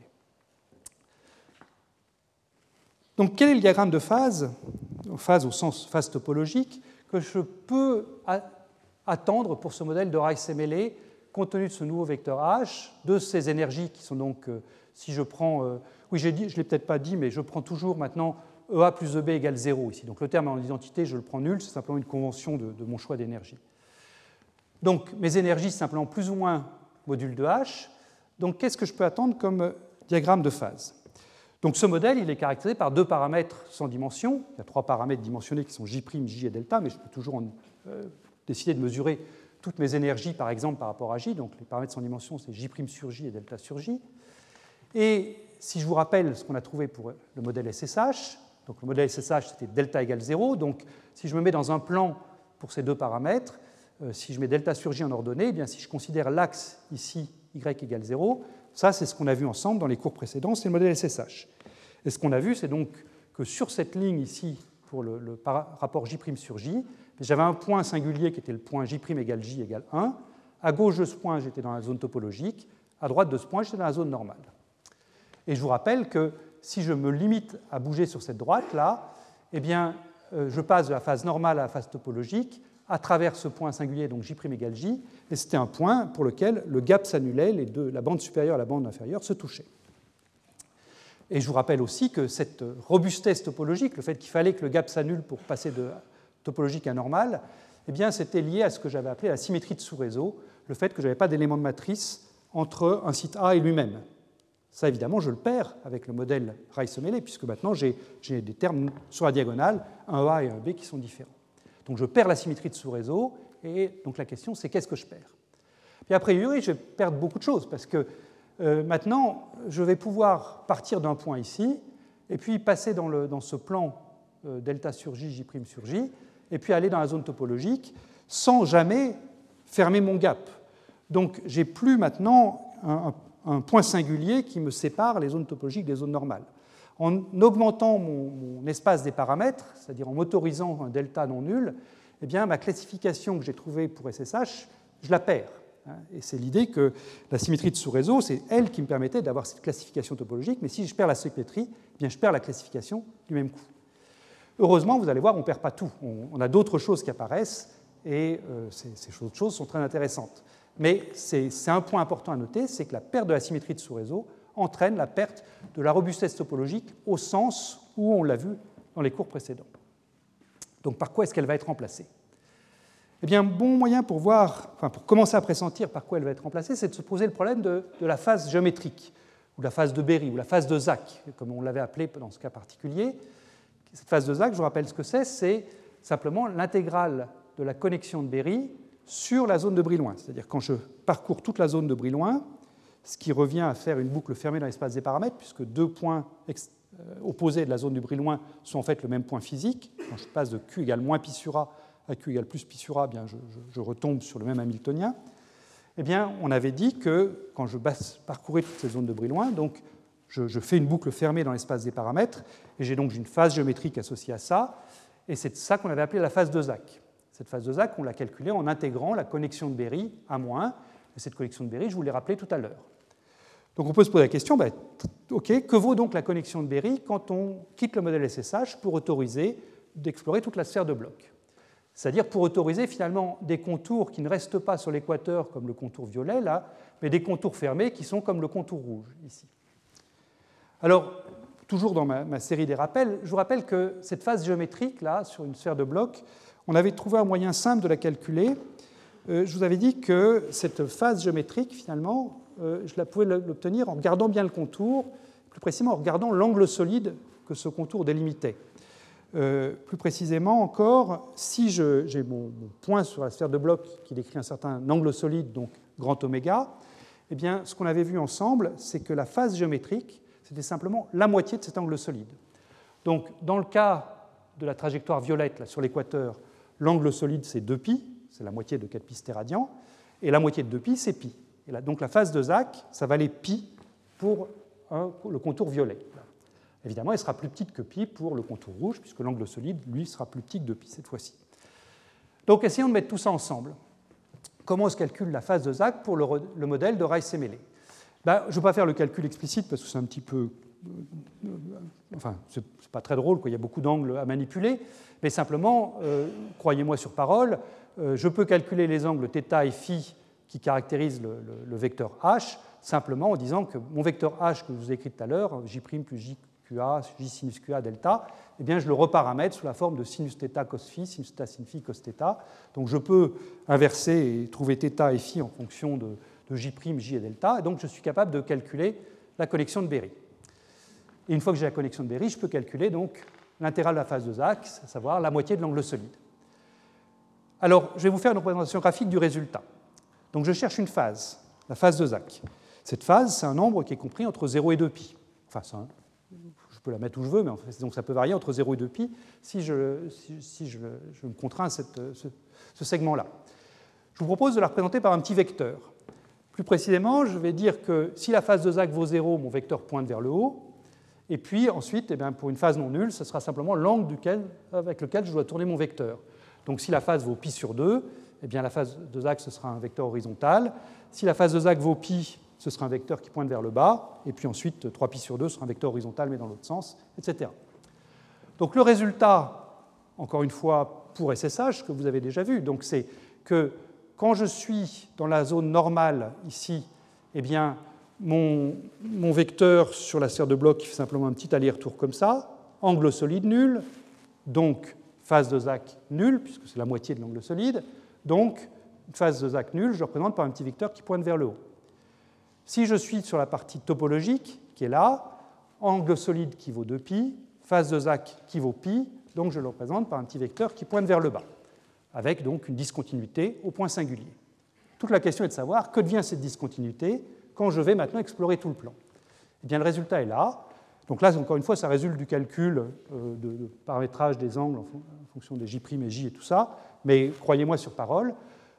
[SPEAKER 2] Donc quel est le diagramme de phase, phase au sens phase topologique, que je peux attendre pour ce modèle de Rice-Semeley compte tenu de ce nouveau vecteur H, de ces énergies qui sont donc, euh, si je prends, euh, oui, j'ai dit, je ne l'ai peut-être pas dit, mais je prends toujours maintenant E A plus E B égale zéro ici. Donc le terme en identité, je le prends nul, c'est simplement une convention de, de mon choix d'énergie. Donc mes énergies, c'est simplement plus ou moins module de H. Donc qu'est-ce que je peux attendre comme diagramme de phase ? Donc ce modèle, il est caractérisé par deux paramètres sans dimension. Il y a trois paramètres dimensionnés qui sont J', J et delta, mais je peux toujours en, euh, décider de mesurer toutes mes énergies, par exemple, par rapport à J. Donc les paramètres sans dimension, c'est J' sur J et delta sur J. Et si je vous rappelle ce qu'on a trouvé pour le modèle S S H, donc le modèle S S H, c'était delta égale zéro. Donc si je me mets dans un plan pour ces deux paramètres, euh, si je mets delta sur J en ordonnée, eh bien, si je considère l'axe ici, Y égale zéro, ça, c'est ce qu'on a vu ensemble dans les cours précédents, c'est le modèle S S H. Et ce qu'on a vu, c'est donc que sur cette ligne ici, pour le, le rapport J' sur J, j'avais un point singulier qui était le point J' égale J égale un. À gauche de ce point, j'étais dans la zone topologique. À droite de ce point, j'étais dans la zone normale. Et je vous rappelle que si je me limite à bouger sur cette droite-là, eh bien, euh, je passe de la phase normale à la phase topologique à travers ce point singulier, donc J' égale J, et c'était un point pour lequel le gap s'annulait, les deux, la bande supérieure et la bande inférieure se touchaient. Et je vous rappelle aussi que cette robustesse topologique, le fait qu'il fallait que le gap s'annule pour passer de topologique à normal, eh bien, c'était lié à ce que j'avais appelé la symétrie de sous-réseau, le fait que je n'avais pas d'élément de matrice entre un site A et lui-même. Ça, évidemment, je le perds avec le modèle Rice-Semeley, puisque maintenant, j'ai, j'ai des termes sur la diagonale, un E A et un B, qui sont différents. Donc, je perds la symétrie de sous-réseau, et donc la question, c'est qu'est-ce que je perds ? Puis, a priori, je vais perdre beaucoup de choses, parce que euh, maintenant, je vais pouvoir partir d'un point ici, et puis passer dans, le, dans ce plan euh, delta sur J, J' sur J, et puis aller dans la zone topologique, sans jamais fermer mon gap. Donc, je n'ai plus maintenant un, un point singulier qui me sépare les zones topologiques des zones normales. En augmentant mon, mon espace des paramètres, c'est-à-dire en m'autorisant un delta non nul, eh bien, ma classification que j'ai trouvée pour S S H, je la perds. Et c'est l'idée que la symétrie de sous-réseau, c'est elle qui me permettait d'avoir cette classification topologique, mais si je perds la symétrie, eh bien, je perds la classification du même coup. Heureusement, vous allez voir, on ne perd pas tout. On, on a d'autres choses qui apparaissent, et euh, ces, ces choses sont très intéressantes. Mais c'est, c'est un point important à noter, c'est que la perte de la symétrie de sous-réseau entraîne la perte de la robustesse topologique au sens où on l'a vu dans les cours précédents. Donc par quoi est-ce qu'elle va être remplacée ? Eh bien, un bon moyen pour voir, enfin pour commencer à pressentir par quoi elle va être remplacée, c'est de se poser le problème de, de la phase géométrique, ou la phase de Berry, ou la phase de Zach, comme on l'avait appelé dans ce cas particulier. Cette phase de Zach, je vous rappelle ce que c'est, c'est simplement l'intégrale de la connexion de Berry sur la zone de Brillouin. C'est-à-dire quand je parcours toute la zone de Brillouin, ce qui revient à faire une boucle fermée dans l'espace des paramètres, puisque deux points opposés de la zone du Brillouin sont en fait le même point physique. Quand je passe de Q égale moins pi sur A à Q égale plus pi sur A, bien je, je, je retombe sur le même Hamiltonien. Eh bien, on avait dit que quand je parcourais toutes ces zones de Brillouin, donc je, je fais une boucle fermée dans l'espace des paramètres, et j'ai donc une phase géométrique associée à ça, et c'est ça qu'on avait appelé la phase de Zach. Cette phase de Zach, on l'a calculée en intégrant la connexion de Berry à moins, et cette connexion de Berry, je vous l'ai rappelé tout à l'heure. Donc on peut se poser la question, ben, ok, que vaut donc la connexion de Berry quand on quitte le modèle S S H pour autoriser d'explorer toute la sphère de blocs ? C'est-à-dire pour autoriser finalement des contours qui ne restent pas sur l'équateur comme le contour violet là, mais des contours fermés qui sont comme le contour rouge ici. Alors, toujours dans ma, ma série des rappels, je vous rappelle que cette phase géométrique là, sur une sphère de blocs, on avait trouvé un moyen simple de la calculer. Euh, je vous avais dit que cette phase géométrique, finalement, euh, je la pouvais l'obtenir en regardant bien le contour, plus précisément en regardant l'angle solide que ce contour délimitait. Euh, plus précisément encore, si je, j'ai mon, mon point sur la sphère de blocs qui décrit un certain angle solide, donc grand oméga, eh bien, ce qu'on avait vu ensemble, c'est que la phase géométrique, c'était simplement la moitié de cet angle solide. Donc, dans le cas de la trajectoire violette là, sur l'équateur, l'angle solide, c'est deux pi, c'est la moitié de quatre pi stéradian, et la moitié de deux pi, c'est pi. Et là, donc la phase de Zach, ça valait pi pour, un, pour le contour violet. Évidemment, elle sera plus petite que pi pour le contour rouge, puisque l'angle solide, lui, sera plus petit que deux pi cette fois-ci. Donc, essayons de mettre tout ça ensemble. Comment se calcule la phase de Zach pour le, le modèle de Rice-Semeley ? Ben, je ne vais pas faire le calcul explicite, parce que c'est un petit peu... Enfin, c'est pas très drôle, quoi. Il y a beaucoup d'angles à manipuler, mais simplement, euh, croyez-moi sur parole, euh, je peux calculer les angles θ et φ qui caractérisent le, le, le vecteur h, simplement en disant que mon vecteur h que je vous ai écrit tout à l'heure, j' plus j qa, j sinus qa delta, eh bien, je le reparamètre sous la forme de sinus θ cos φ, sinus θ sin φ cos θ. Donc je peux inverser et trouver θ et φ en fonction de, de j', j et delta, et donc je suis capable de calculer la connexion de Berry. Et une fois que j'ai la connexion de Berry, je peux calculer donc l'intégrale de la phase de Zach, à savoir la moitié de l'angle solide. Alors, je vais vous faire une représentation graphique du résultat. Donc, je cherche une phase, la phase de Zach. Cette phase, c'est un nombre qui est compris entre zéro et deux pi. Enfin, ça, je peux la mettre où je veux, mais en fait, donc ça peut varier entre zéro et deux pi si je, si, si je, je me contrains à cette, ce, ce segment-là. Je vous propose de la représenter par un petit vecteur. Plus précisément, je vais dire que si la phase de Zach vaut zéro, mon vecteur pointe vers le haut. Et puis ensuite, eh bien, pour une phase non nulle, ce sera simplement l'angle duquel, avec lequel je dois tourner mon vecteur. Donc si la phase vaut pi sur deux, eh bien, la phase de Zach, ce sera un vecteur horizontal. Si la phase de Zach vaut pi, ce sera un vecteur qui pointe vers le bas. Et puis ensuite, trois pi sur deux sera un vecteur horizontal, mais dans l'autre sens, et cetera. Donc le résultat, encore une fois, pour S S H, que vous avez déjà vu, donc c'est que quand je suis dans la zone normale, ici, eh bien, Mon, mon vecteur sur la sphère de bloc qui fait simplement un petit aller-retour comme ça, angle solide nul, donc phase de Zach nulle, puisque c'est la moitié de l'angle solide, donc phase de Zach nulle, je représente par un petit vecteur qui pointe vers le haut. Si je suis sur la partie topologique, qui est là, angle solide qui vaut deux pi, phase de Zach qui vaut pi, donc je le représente par un petit vecteur qui pointe vers le bas, avec donc une discontinuité au point singulier. Toute la question est de savoir que devient cette discontinuité quand je vais maintenant explorer tout le plan. Eh bien, le résultat est là. Donc là, encore une fois, ça résulte du calcul de, de paramétrage des angles en fonction des J' et J et tout ça. Mais croyez-moi sur parole,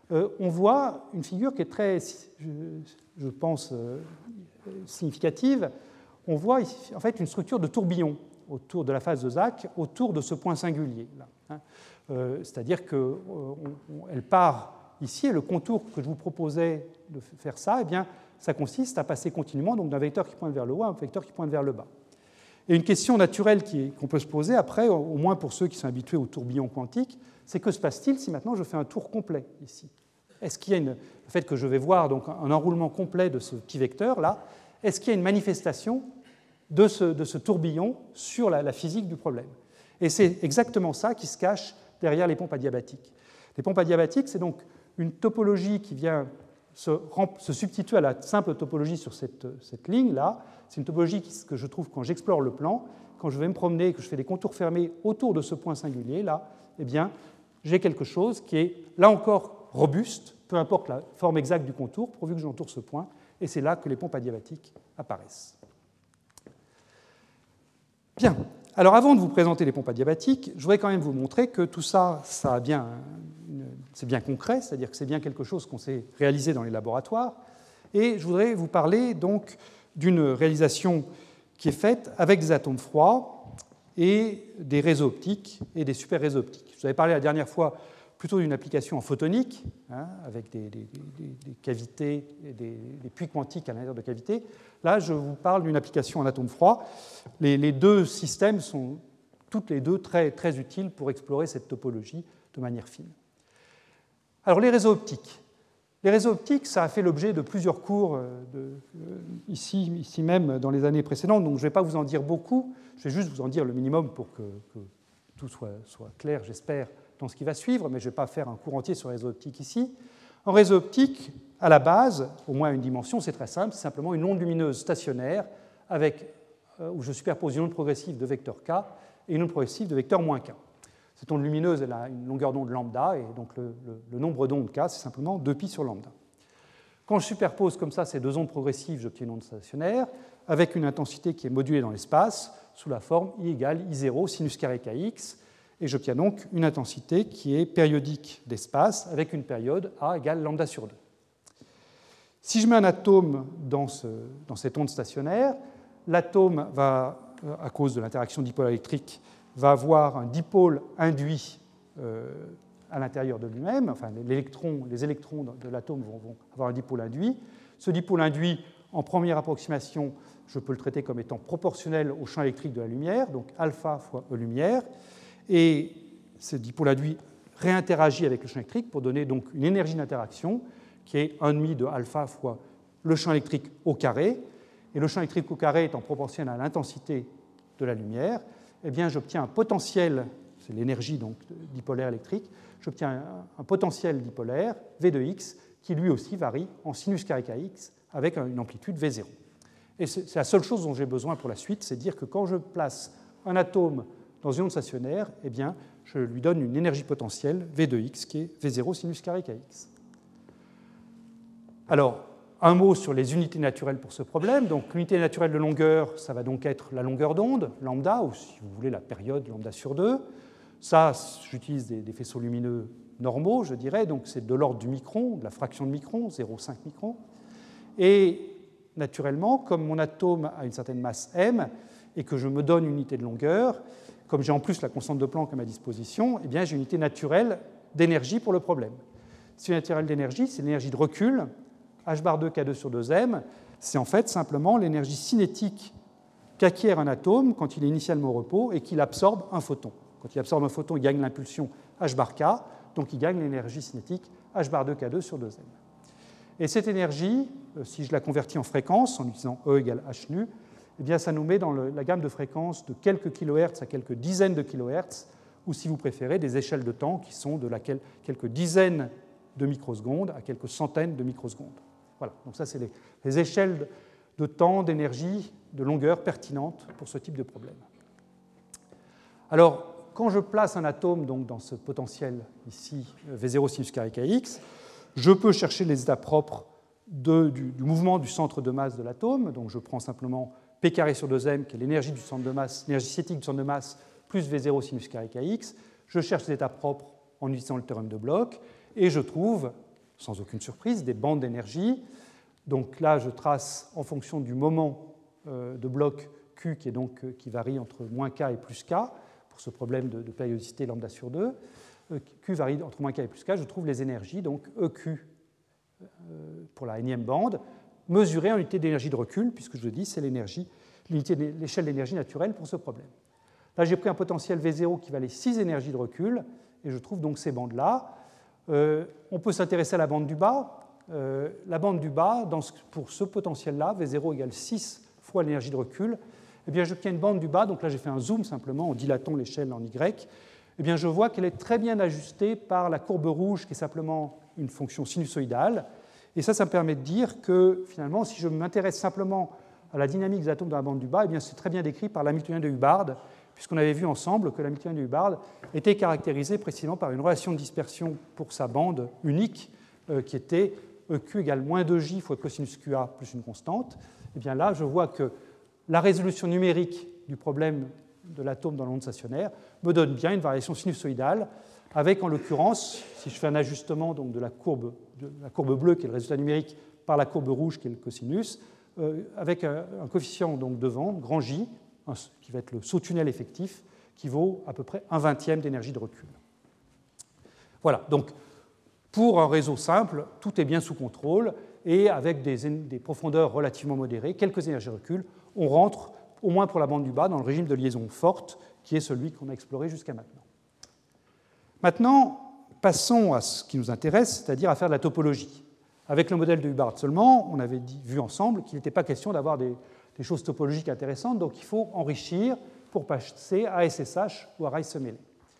[SPEAKER 2] euh, on voit une figure qui est très, je, je pense, euh, significative. On voit ici, en fait une structure de tourbillon autour de la phase de Zach, autour de ce point singulier. Là, hein. euh, C'est-à-dire qu'elle euh, part ici, et le contour que je vous proposais de faire ça, eh bien, ça consiste à passer continuellement donc, d'un vecteur qui pointe vers le haut à un vecteur qui pointe vers le bas. Et une question naturelle qu'on peut se poser après, au moins pour ceux qui sont habitués au tourbillon quantique, c'est que se passe-t-il si maintenant je fais un tour complet ici? Est-ce qu'il y a une, le fait que je vais voir donc, un enroulement complet de ce petit vecteur-là, est-ce qu'il y a une manifestation de ce, de ce tourbillon sur la, la physique du problème? Et c'est exactement ça qui se cache derrière les pompes adiabatiques. Les pompes adiabatiques, c'est donc une topologie qui vient se, se substituer à la simple topologie sur cette, cette ligne-là. C'est une topologie que je trouve quand j'explore le plan, quand je vais me promener, que je fais des contours fermés autour de ce point singulier-là, eh bien, j'ai quelque chose qui est, là encore, robuste, peu importe la forme exacte du contour, pourvu que j'entoure ce point, et c'est là que les pompes adiabatiques apparaissent. Bien. Alors, avant de vous présenter les pompes adiabatiques, je voudrais quand même vous montrer que tout ça, ça a bien, c'est bien concret, c'est-à-dire que c'est bien quelque chose qu'on sait réaliser dans les laboratoires. Et je voudrais vous parler donc d'une réalisation qui est faite avec des atomes froids et des réseaux optiques et des super réseaux optiques. Je vous avais parlé la dernière fois plutôt d'une application en photonique, hein, avec des, des, des, des cavités et des, des puits quantiques à l'intérieur de cavités. Là, je vous parle d'une application en atomes froids. Les, les deux systèmes sont toutes les deux très, très utiles pour explorer cette topologie de manière fine. Alors, les réseaux optiques. Les réseaux optiques, ça a fait l'objet de plusieurs cours de, euh, ici, ici même dans les années précédentes, donc je ne vais pas vous en dire beaucoup, je vais juste vous en dire le minimum pour que, que tout soit, soit clair, j'espère, dans ce qui va suivre, mais je ne vais pas faire un cours entier sur les réseaux optiques ici. En réseau optique, à la base, au moins une dimension, c'est très simple, c'est simplement une onde lumineuse stationnaire avec, euh, où je superpose une onde progressive de vecteur k et une onde progressive de vecteur moins k. Cette onde lumineuse, elle a une longueur d'onde lambda, et donc le, le, le nombre d'ondes k, c'est simplement deux pi sur lambda. Quand je superpose comme ça ces deux ondes progressives, j'obtiens une onde stationnaire avec une intensité qui est modulée dans l'espace sous la forme I égale I zéro sinus carré kx, et j'obtiens donc une intensité qui est périodique d'espace avec une période A égale lambda sur deux. Si je mets un atome dans, ce, dans cette onde stationnaire, l'atome va, à cause de l'interaction dipôle électrique, va avoir un dipôle induit euh, à l'intérieur de lui-même, enfin les électrons, les électrons de l'atome vont, vont avoir un dipôle induit. Ce dipôle induit, en première approximation, je peux le traiter comme étant proportionnel au champ électrique de la lumière, donc alpha fois E lumière, et ce dipôle induit réinteragit avec le champ électrique pour donner donc une énergie d'interaction qui est un demi de alpha fois le champ électrique au carré, et le champ électrique au carré étant proportionnel à l'intensité de la lumière, eh bien j'obtiens un potentiel, c'est l'énergie donc dipolaire électrique, j'obtiens un, un potentiel dipolaire V de x qui lui aussi varie en sinus carré kx avec une amplitude V zéro. Et c'est la seule chose dont j'ai besoin pour la suite, c'est de dire que quand je place un atome dans une onde stationnaire, eh bien, je lui donne une énergie potentielle V de x qui est V zéro sinus carré kx. Alors, un mot sur les unités naturelles pour ce problème. Donc, l'unité naturelle de longueur, ça va donc être la longueur d'onde, lambda, ou si vous voulez la période lambda sur deux. Ça, j'utilise des, des faisceaux lumineux normaux, je dirais, donc c'est de l'ordre du micron, de la fraction de micron, zéro virgule cinq micron. Et naturellement, comme mon atome a une certaine masse m et que je me donne une unité de longueur, comme j'ai en plus la constante de Planck à ma disposition, eh bien j'ai une unité naturelle d'énergie pour le problème. Cette unité naturelle d'énergie, c'est l'énergie de recul, h bar deux k deux sur deux m, c'est en fait simplement l'énergie cinétique qu'acquiert un atome quand il est initialement au repos et qu'il absorbe un photon. Quand il absorbe un photon, il gagne l'impulsion h bar k, donc il gagne l'énergie cinétique h bar deux k deux sur deux m. Et cette énergie, si je la convertis en fréquence, en utilisant E égale h nu, eh bien, ça nous met dans le, la gamme de fréquences de quelques kilohertz à quelques dizaines de kilohertz, ou si vous préférez, des échelles de temps qui sont de laquelle, quelques dizaines de microsecondes à quelques centaines de microsecondes. Voilà, donc ça, c'est les, les échelles de, de temps, d'énergie, de longueur pertinentes pour ce type de problème. Alors, quand je place un atome donc, dans ce potentiel ici, V zéro sinus carré kx, je peux chercher les états propres de, du, du mouvement du centre de masse de l'atome. Donc, je prends simplement P carré sur deux m, qui est l'énergie du centre de masse, l'énergie cinétique du centre de masse, plus V zéro sinus carré kx. Je cherche les états propres en utilisant le théorème de Bloch, et je trouve sans aucune surprise, des bandes d'énergie. Donc là, je trace en fonction du moment euh, de bloc Q qui, est donc, euh, qui varie entre moins K et plus K, pour ce problème de, de périodicité lambda sur deux. Euh, Q varie entre moins K et plus K, je trouve les énergies, donc E Q euh, pour la énième bande, mesurée en unité d'énergie de recul, puisque je le dis, c'est l'énergie, l'échelle d'énergie naturelle pour ce problème. Là, j'ai pris un potentiel V zéro qui valait six énergies de recul, et je trouve donc ces bandes-là. Euh, on peut s'intéresser à la bande du bas. Euh, la bande du bas, dans ce, pour ce potentiel-là, V zéro égale six fois l'énergie de recul, eh bien, j'obtiens une bande du bas, donc là j'ai fait un zoom simplement en dilatant l'échelle en Y, eh bien, je vois qu'elle est très bien ajustée par la courbe rouge qui est simplement une fonction sinusoïdale. Et ça, ça me permet de dire que finalement, si je m'intéresse simplement à la dynamique des atomes dans la bande du bas, eh bien, c'est très bien décrit par l'Hamiltonien de Hubbard, puisqu'on avait vu ensemble que l'Hamiltonien de Hubbard était caractérisé précisément par une relation de dispersion pour sa bande unique, euh, qui était E Q égale moins deux J fois cosinus Q A plus une constante. Et bien là, je vois que la résolution numérique du problème de l'atome dans l'onde stationnaire me donne bien une variation sinusoïdale, avec en l'occurrence, si je fais un ajustement donc, de, la courbe, de la courbe bleue, qui est le résultat numérique, par la courbe rouge, qui est le cosinus, euh, avec un, un coefficient donc, devant, grand J, un, qui va être le saut tunnel effectif, qui vaut à peu près un vingtième d'énergie de recul. Voilà, donc pour un réseau simple, tout est bien sous contrôle, et avec des, des profondeurs relativement modérées, quelques énergies de recul, on rentre, au moins pour la bande du bas, dans le régime de liaison forte, qui est celui qu'on a exploré jusqu'à maintenant. Maintenant, passons à ce qui nous intéresse, c'est-à-dire à faire de la topologie. Avec le modèle de Hubbard seulement, on avait dit, vu ensemble qu'il n'était pas question d'avoir des, des choses topologiques intéressantes, donc il faut enrichir pour passer à S S H ou à Rice mêlé.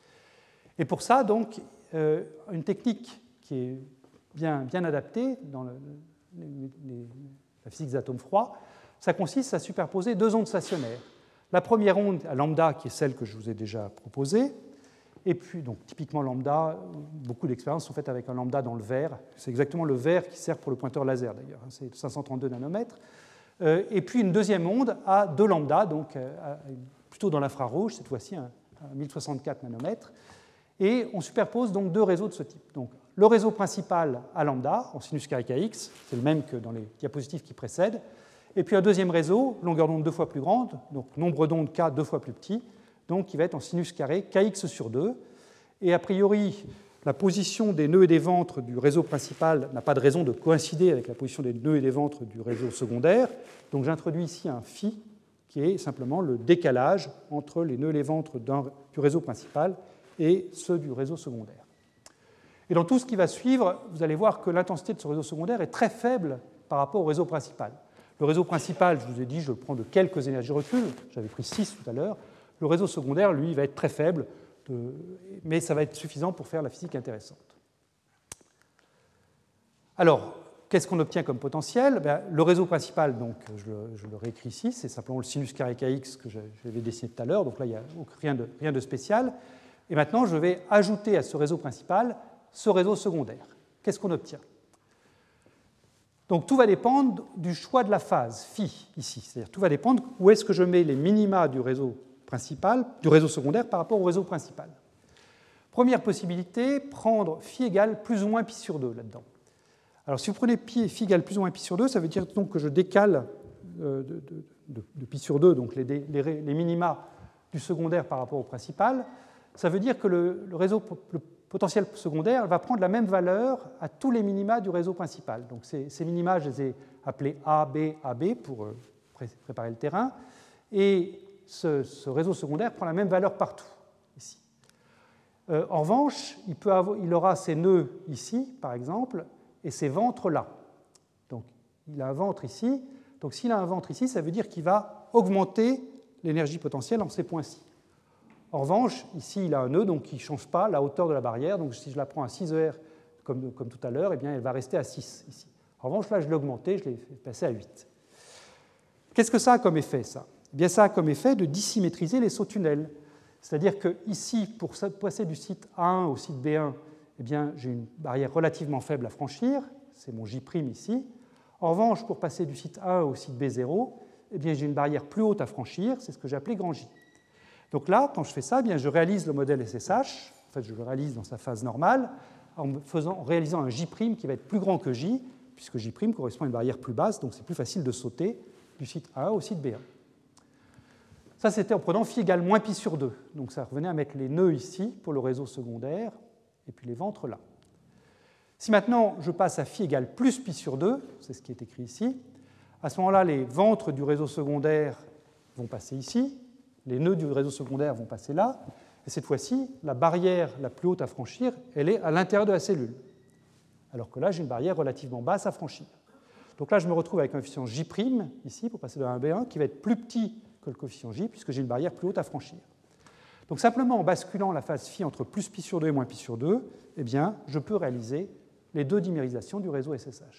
[SPEAKER 2] Et pour ça, donc, euh, une technique qui est bien, bien adaptée dans le, les, les, la physique des atomes froids, ça consiste à superposer deux ondes stationnaires. La première onde à lambda, qui est celle que je vous ai déjà proposée, et puis, donc, typiquement lambda, beaucoup d'expériences sont faites avec un lambda dans le vert. C'est exactement le vert qui sert pour le pointeur laser, d'ailleurs. C'est cinq cent trente-deux nanomètres. Euh, et puis, une deuxième onde à deux lambda, donc à, plutôt dans l'infrarouge, cette fois-ci à mille soixante-quatre nanomètres. Et on superpose donc deux réseaux de ce type. Donc, le réseau principal à lambda, en sinus carré K X, c'est le même que dans les diapositives qui précèdent. Et puis un deuxième réseau, longueur d'onde deux fois plus grande, donc nombre d'ondes K deux fois plus petit, donc qui va être en sinus carré K X sur deux. Et a priori, la position des nœuds et des ventres du réseau principal n'a pas de raison de coïncider avec la position des nœuds et des ventres du réseau secondaire. Donc j'introduis ici un phi, qui est simplement le décalage entre les nœuds et les ventres du réseau principal et ceux du réseau secondaire. Et dans tout ce qui va suivre, vous allez voir que l'intensité de ce réseau secondaire est très faible par rapport au réseau principal. Le réseau principal, je vous ai dit, je le prends de quelques énergies de recul, j'avais pris six tout à l'heure. Le réseau secondaire, lui, va être très faible, de... mais ça va être suffisant pour faire la physique intéressante. Alors, qu'est-ce qu'on obtient comme potentiel? Ben, le réseau principal, donc, je, le, je le réécris ici, c'est simplement le sinus carré K X que j'avais dessiné tout à l'heure, donc là, il n'y a rien de, rien de spécial. Et maintenant, je vais ajouter à ce réseau principal ce réseau secondaire. Qu'est-ce qu'on obtient? Donc tout va dépendre du choix de la phase, phi, ici. C'est-à-dire tout va dépendre où est-ce que je mets les minima du réseau principal, du réseau secondaire par rapport au réseau principal. Première possibilité, prendre phi égale plus ou moins pi sur deux là-dedans. Alors si vous prenez pi, phi égale plus ou moins pi sur deux, ça veut dire donc que je décale euh, de, de, de, de pi sur deux, donc les, les, les minima du secondaire par rapport au principal. Ça veut dire que le, le réseau le potentiel secondaire va prendre la même valeur à tous les minima du réseau principal. Donc ces, ces minima, je les ai appelés A, B, A B pour euh, pré préparer le terrain. Et ce, ce réseau secondaire prend la même valeur partout, ici. Euh, en revanche, il, peut avoir, il aura ses nœuds ici, par exemple, et ses ventres là. Donc il a un ventre ici. Donc s'il a un ventre ici, ça veut dire qu'il va augmenter l'énergie potentielle en ces points-ci. En revanche, ici, il a un nœud, donc il ne change pas la hauteur de la barrière. Donc si je la prends à six E R, comme, comme tout à l'heure, eh bien, elle va rester à six ici. En revanche, là, je l'ai augmenté, je l'ai fait passer à huit. Qu'est-ce que ça a comme effet, ça? Eh bien, ça a comme effet de dissymétriser les sauts tunnels. C'est-à-dire que ici, pour passer du site A un au site B un, eh bien, j'ai une barrière relativement faible à franchir, c'est mon J' ici. En revanche, pour passer du site A un au site B zéro, eh bien, j'ai une barrière plus haute à franchir, c'est ce que j'ai appelé grand J. Donc là, quand je fais ça, eh bien, je réalise le modèle S S H, en fait je le réalise dans sa phase normale, en, faisant, en réalisant un J' qui va être plus grand que J, puisque J' correspond à une barrière plus basse, donc c'est plus facile de sauter du site A un au site B un. Ça, c'était en prenant phi égale moins pi sur deux. Donc ça revenait à mettre les nœuds ici pour le réseau secondaire, et puis les ventres là. Si maintenant je passe à phi égale plus pi sur deux, c'est ce qui est écrit ici, à ce moment-là, les ventres du réseau secondaire vont passer ici, les nœuds du réseau secondaire vont passer là, et cette fois-ci, la barrière la plus haute à franchir, elle est à l'intérieur de la cellule. Alors que là, j'ai une barrière relativement basse à franchir. Donc là, je me retrouve avec un coefficient J' ici, pour passer de A un à B un, qui va être plus petit que le coefficient J, puisque j'ai une barrière plus haute à franchir. Donc simplement en basculant la phase phi entre plus pi sur deux et moins pi sur deux, eh bien, je peux réaliser les deux dimérisations du réseau S S H.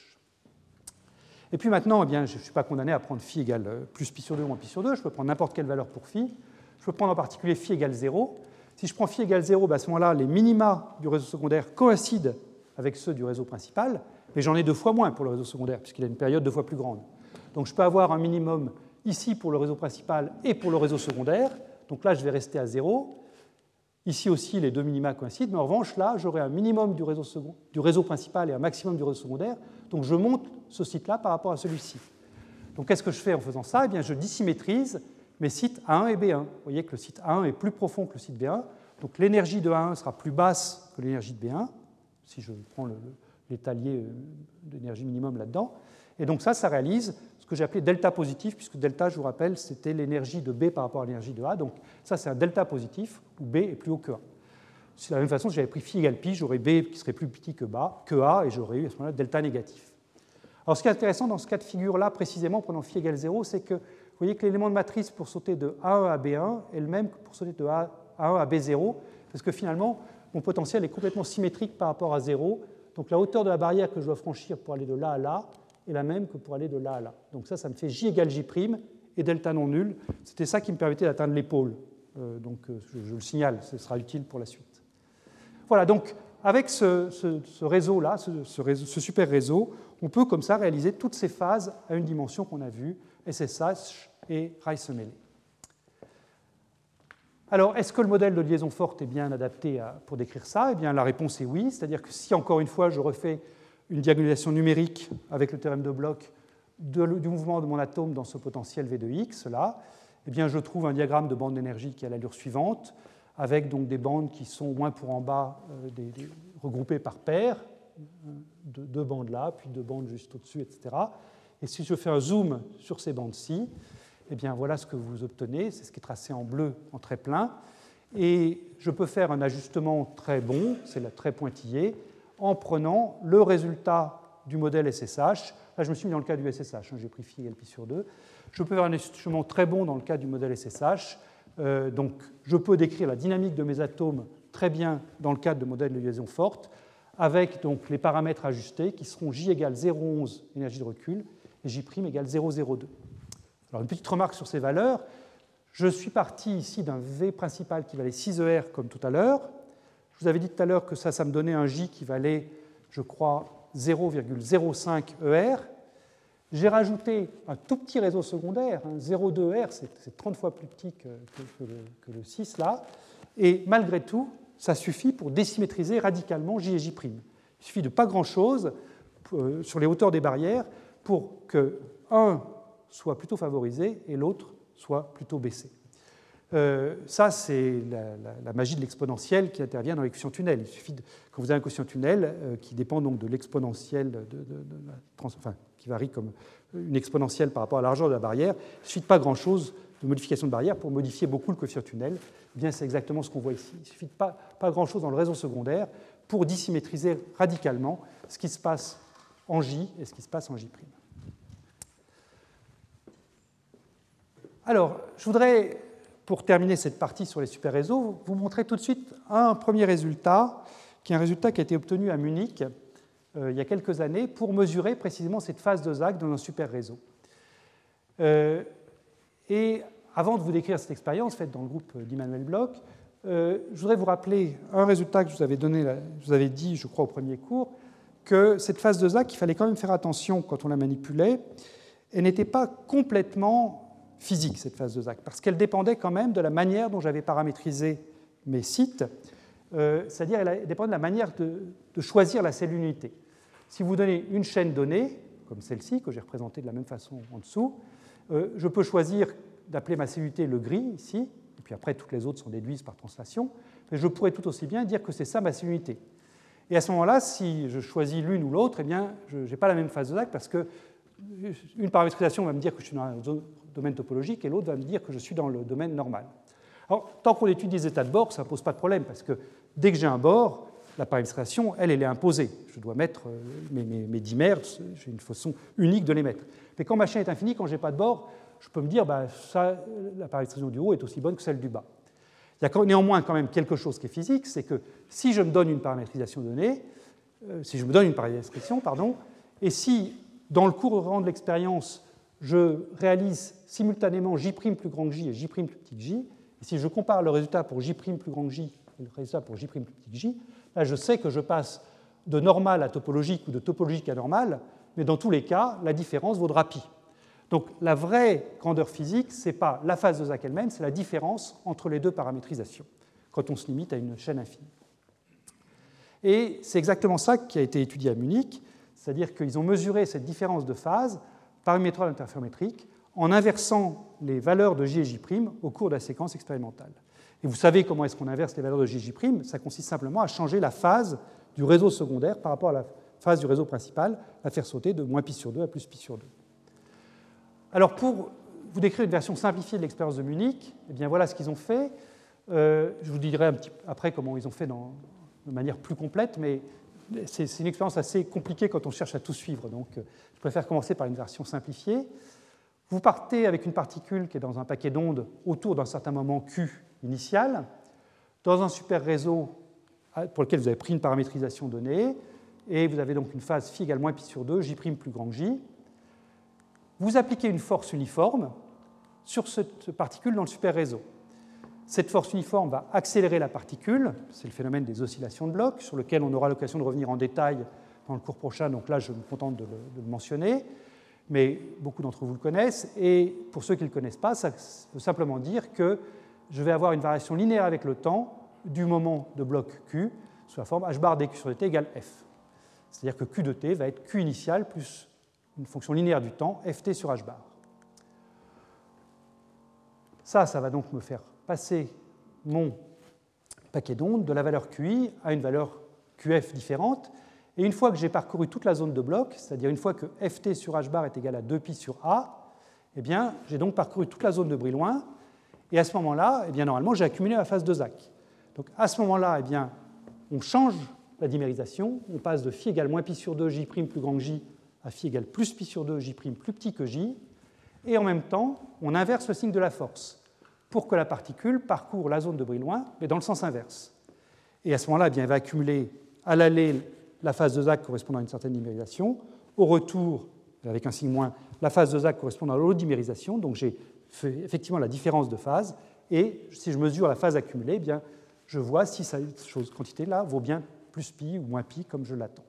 [SPEAKER 2] Et puis maintenant, eh bien, je ne suis pas condamné à prendre phi égale plus pi sur deux ou moins pi sur deux, je peux prendre n'importe quelle valeur pour phi. Je peux prendre en particulier phi égale zéro. Si je prends phi égale zéro, ben à ce moment-là, les minima du réseau secondaire coïncident avec ceux du réseau principal, mais j'en ai deux fois moins pour le réseau secondaire, puisqu'il a une période deux fois plus grande. Donc je peux avoir un minimum ici pour le réseau principal et pour le réseau secondaire. Donc là, je vais rester à zéro. Ici aussi, les deux minima coïncident, mais en revanche, là, j'aurai un minimum du réseau, second, du réseau principal et un maximum du réseau secondaire. Donc je monte ce site-là par rapport à celui-ci. Donc qu'est-ce que je fais en faisant ça? Eh bien, je dissymétrise mes sites A un et B un. Vous voyez que le site A un est plus profond que le site B un. Donc l'énergie de A un sera plus basse que l'énergie de B un, si je prends le, le, l'étalier d'énergie minimum là-dedans. Et donc ça, ça réalise ce que j'ai appelé delta positif, puisque delta, je vous rappelle, c'était l'énergie de B par rapport à l'énergie de A. Donc ça, c'est un delta positif, où B est plus haut que A. C'est de la même façon, si j'avais pris phi égale pi, j'aurais B qui serait plus petit que, bas, que A, et j'aurais eu à ce moment-là delta négatif. Alors ce qui est intéressant dans ce cas de figure-là, précisément, prenant phi égale zéro, c'est que vous voyez que l'élément de matrice pour sauter de A un à B un est le même que pour sauter de A un à B zéro, parce que finalement, mon potentiel est complètement symétrique par rapport à zéro. Donc la hauteur de la barrière que je dois franchir pour aller de là à là est la même que pour aller de là à là. Donc ça, ça me fait J égale J' et delta non nul. C'était ça qui me permettait d'atteindre l'épaule. Euh, donc euh, je, je le signale, ce sera utile pour la suite. Voilà, donc avec ce, ce, ce réseau-là, ce, ce, réseau, ce super réseau, on peut comme ça réaliser toutes ces phases à une dimension qu'on a vue, S S H et Rice-Meilley. Alors, est-ce que le modèle de liaison forte est bien adapté à, pour décrire ça? Eh bien, la réponse est oui, c'est-à-dire que si, encore une fois, je refais une diagonalisation numérique avec le théorème de Bloch de, du mouvement de mon atome dans ce potentiel V de X, là, eh bien, je trouve un diagramme de bande d'énergie qui a l'allure suivante, avec donc des bandes qui sont moins pour en bas, euh, des, des, regroupées par paires, de, deux bandes là, puis deux bandes juste au-dessus, et cetera. Et si je fais un zoom sur ces bandes-ci, eh bien, voilà ce que vous obtenez, c'est ce qui est tracé en bleu en trait plein. Et je peux faire un ajustement très bon, c'est le très pointillé, en prenant le résultat du modèle S S H. Là, je me suis mis dans le cas du S S H, hein, j'ai pris phi égale pi sur deux. Je peux faire un ajustement très bon dans le cas du modèle S S H. Euh, donc, je peux décrire la dynamique de mes atomes très bien dans le cadre de modèles de liaison forte, avec donc les paramètres ajustés qui seront J égale zéro virgule onze énergie de recul et J' égale zéro virgule zéro deux. Alors, une petite remarque sur ces valeurs. Je suis parti ici d'un V principal qui valait six E R comme tout à l'heure. Je vous avais dit tout à l'heure que ça, ça me donnait un J qui valait, je crois, zéro virgule zéro cinq E R. J'ai rajouté un tout petit réseau secondaire, hein, zéro virgule deux E R, c'est trente fois plus petit que, que, que, le, que le six là. Et malgré tout, ça suffit pour désymétriser radicalement J et J'. Il suffit de pas grand-chose euh, sur les hauteurs des barrières pour que un soit plutôt favorisé et l'autre soit plutôt baissé. Euh, ça, c'est la, la, la magie de l'exponentielle qui intervient dans l'équation tunnel. Il suffit, de, quand vous avez un quotient tunnel euh, qui dépend donc de l'exponentielle, de, de, de, de la trans, enfin, qui varie comme une exponentielle par rapport à la largeur de la barrière, il ne suffit de pas grand-chose de modification de barrière pour modifier beaucoup le quotient tunnel. Eh bien, c'est exactement ce qu'on voit ici. Il ne suffit de pas, pas grand-chose dans le réseau secondaire pour dissymétriser radicalement ce qui se passe en J et ce qui se passe en J'. Alors, je voudrais, pour terminer cette partie sur les super-réseaux, vous montrer tout de suite un premier résultat, qui est un résultat qui a été obtenu à Munich euh, il y a quelques années pour mesurer précisément cette phase de Zag dans un super-réseau. Euh, et avant de vous décrire cette expérience faite dans le groupe d'Immanuel Bloch, euh, je voudrais vous rappeler un résultat que je vous avais donné, je vous avais dit, je crois, au premier cours, que cette phase de Zag, il fallait quand même faire attention quand on la manipulait, elle n'était pas complètement physique, cette phase de Zag, parce qu'elle dépendait quand même de la manière dont j'avais paramétrisé mes sites. euh, c'est-à-dire elle dépend de la manière de, de choisir la cellule unité. Si vous donnez une chaîne donnée, comme celle-ci, que j'ai représentée de la même façon en dessous, euh, je peux choisir d'appeler ma cellule unité le gris, ici, et puis après toutes les autres sont déduites par translation, mais je pourrais tout aussi bien dire que c'est ça ma cellule unité. Et à ce moment-là, si je choisis l'une ou l'autre, eh bien, je n'ai pas la même phase de Zach parce qu'une paramétrisation va me dire que je suis dans un domaine topologique et l'autre va me dire que je suis dans le domaine normal. Alors, tant qu'on étudie les états de bord, ça ne pose pas de problème parce que dès que j'ai un bord, la paramétrisation, elle, elle est imposée. Je dois mettre mes, mes, mes dimères, j'ai une façon unique de les mettre. Mais quand ma chaîne est infinie, quand je n'ai pas de bord, je peux me dire bah, ça, la paramétrisation du haut est aussi bonne que celle du bas. Il y a néanmoins quand même quelque chose qui est physique, c'est que si je me donne une paramétrisation donnée, euh, si je me donne une paramétrisation, pardon, et si dans le courant de l'expérience, je réalise simultanément J' plus grand que J et J' plus petit que J, et si je compare le résultat pour J' plus grand que J et le résultat pour J' plus petit que J, là je sais que je passe de normal à topologique ou de topologique à normal, mais dans tous les cas, la différence vaudra pi. Donc la vraie grandeur physique, ce n'est pas la phase de Zach elle-même, c'est la différence entre les deux paramétrisations, quand on se limite à une chaîne infinie. Et c'est exactement ça qui a été étudié à Munich, c'est-à-dire qu'ils ont mesuré cette différence de phase par une méthode interférométrique en inversant les valeurs de J et J' au cours de la séquence expérimentale. Et vous savez comment est-ce qu'on inverse les valeurs de J et J', ça consiste simplement à changer la phase du réseau secondaire par rapport à la phase du réseau principal, à faire sauter de moins pi sur deux à plus pi sur deux. Alors, pour vous décrire une version simplifiée de l'expérience de Munich, eh bien, voilà ce qu'ils ont fait. Euh, je vous dirai un petit peu après comment ils ont fait dans, de manière plus complète, mais c'est, c'est une expérience assez compliquée quand on cherche à tout suivre. Donc, je préfère commencer par une version simplifiée. Vous partez avec une particule qui est dans un paquet d'ondes autour d'un certain moment Q initial, dans un super réseau pour lequel vous avez pris une paramétrisation donnée, et vous avez donc une phase phi égale moins pi sur deux, J' plus grand que J. Vous appliquez une force uniforme sur cette particule dans le super réseau. Cette force uniforme va accélérer la particule, c'est le phénomène des oscillations de blocs, sur lequel on aura l'occasion de revenir en détail dans le cours prochain, donc là je me contente de le, de le mentionner, mais beaucoup d'entre vous le connaissent, et pour ceux qui ne le connaissent pas, ça veut simplement dire que je vais avoir une variation linéaire avec le temps du moment de bloc Q sous la forme h bar dq sur dt égale f. C'est-à-dire que Q de t va être Q initial plus une fonction linéaire du temps, ft sur h bar. Ça, ça va donc me faire passer mon paquet d'ondes de la valeur Q I à une valeur Q F différente. Et une fois que j'ai parcouru toute la zone de bloc, c'est-à-dire une fois que ft sur h bar est égal à deux pi sur a, eh bien, j'ai donc parcouru toute la zone de Brillouin. Et à ce moment-là, eh bien, normalement, j'ai accumulé ma phase de Zach. Donc à ce moment-là, eh bien, on change la dimérisation. On passe de phi égale moins pi sur deux, J' plus grand que J, à phi égale plus pi sur deux, J' plus petit que J. Et en même temps, on inverse le signe de la force pour que la particule parcourt la zone de Brillouin, mais dans le sens inverse. Et à ce moment-là, eh bien, elle va accumuler à l'aller la phase de Zach correspondant à une certaine dimérisation. Au retour, avec un signe moins, la phase de Zach correspondant à l'autre dimérisation. Donc j'ai fait effectivement la différence de phase. Et si je mesure la phase accumulée, eh bien, je vois si cette chose, quantité-là vaut bien plus pi ou moins pi comme je l'attends.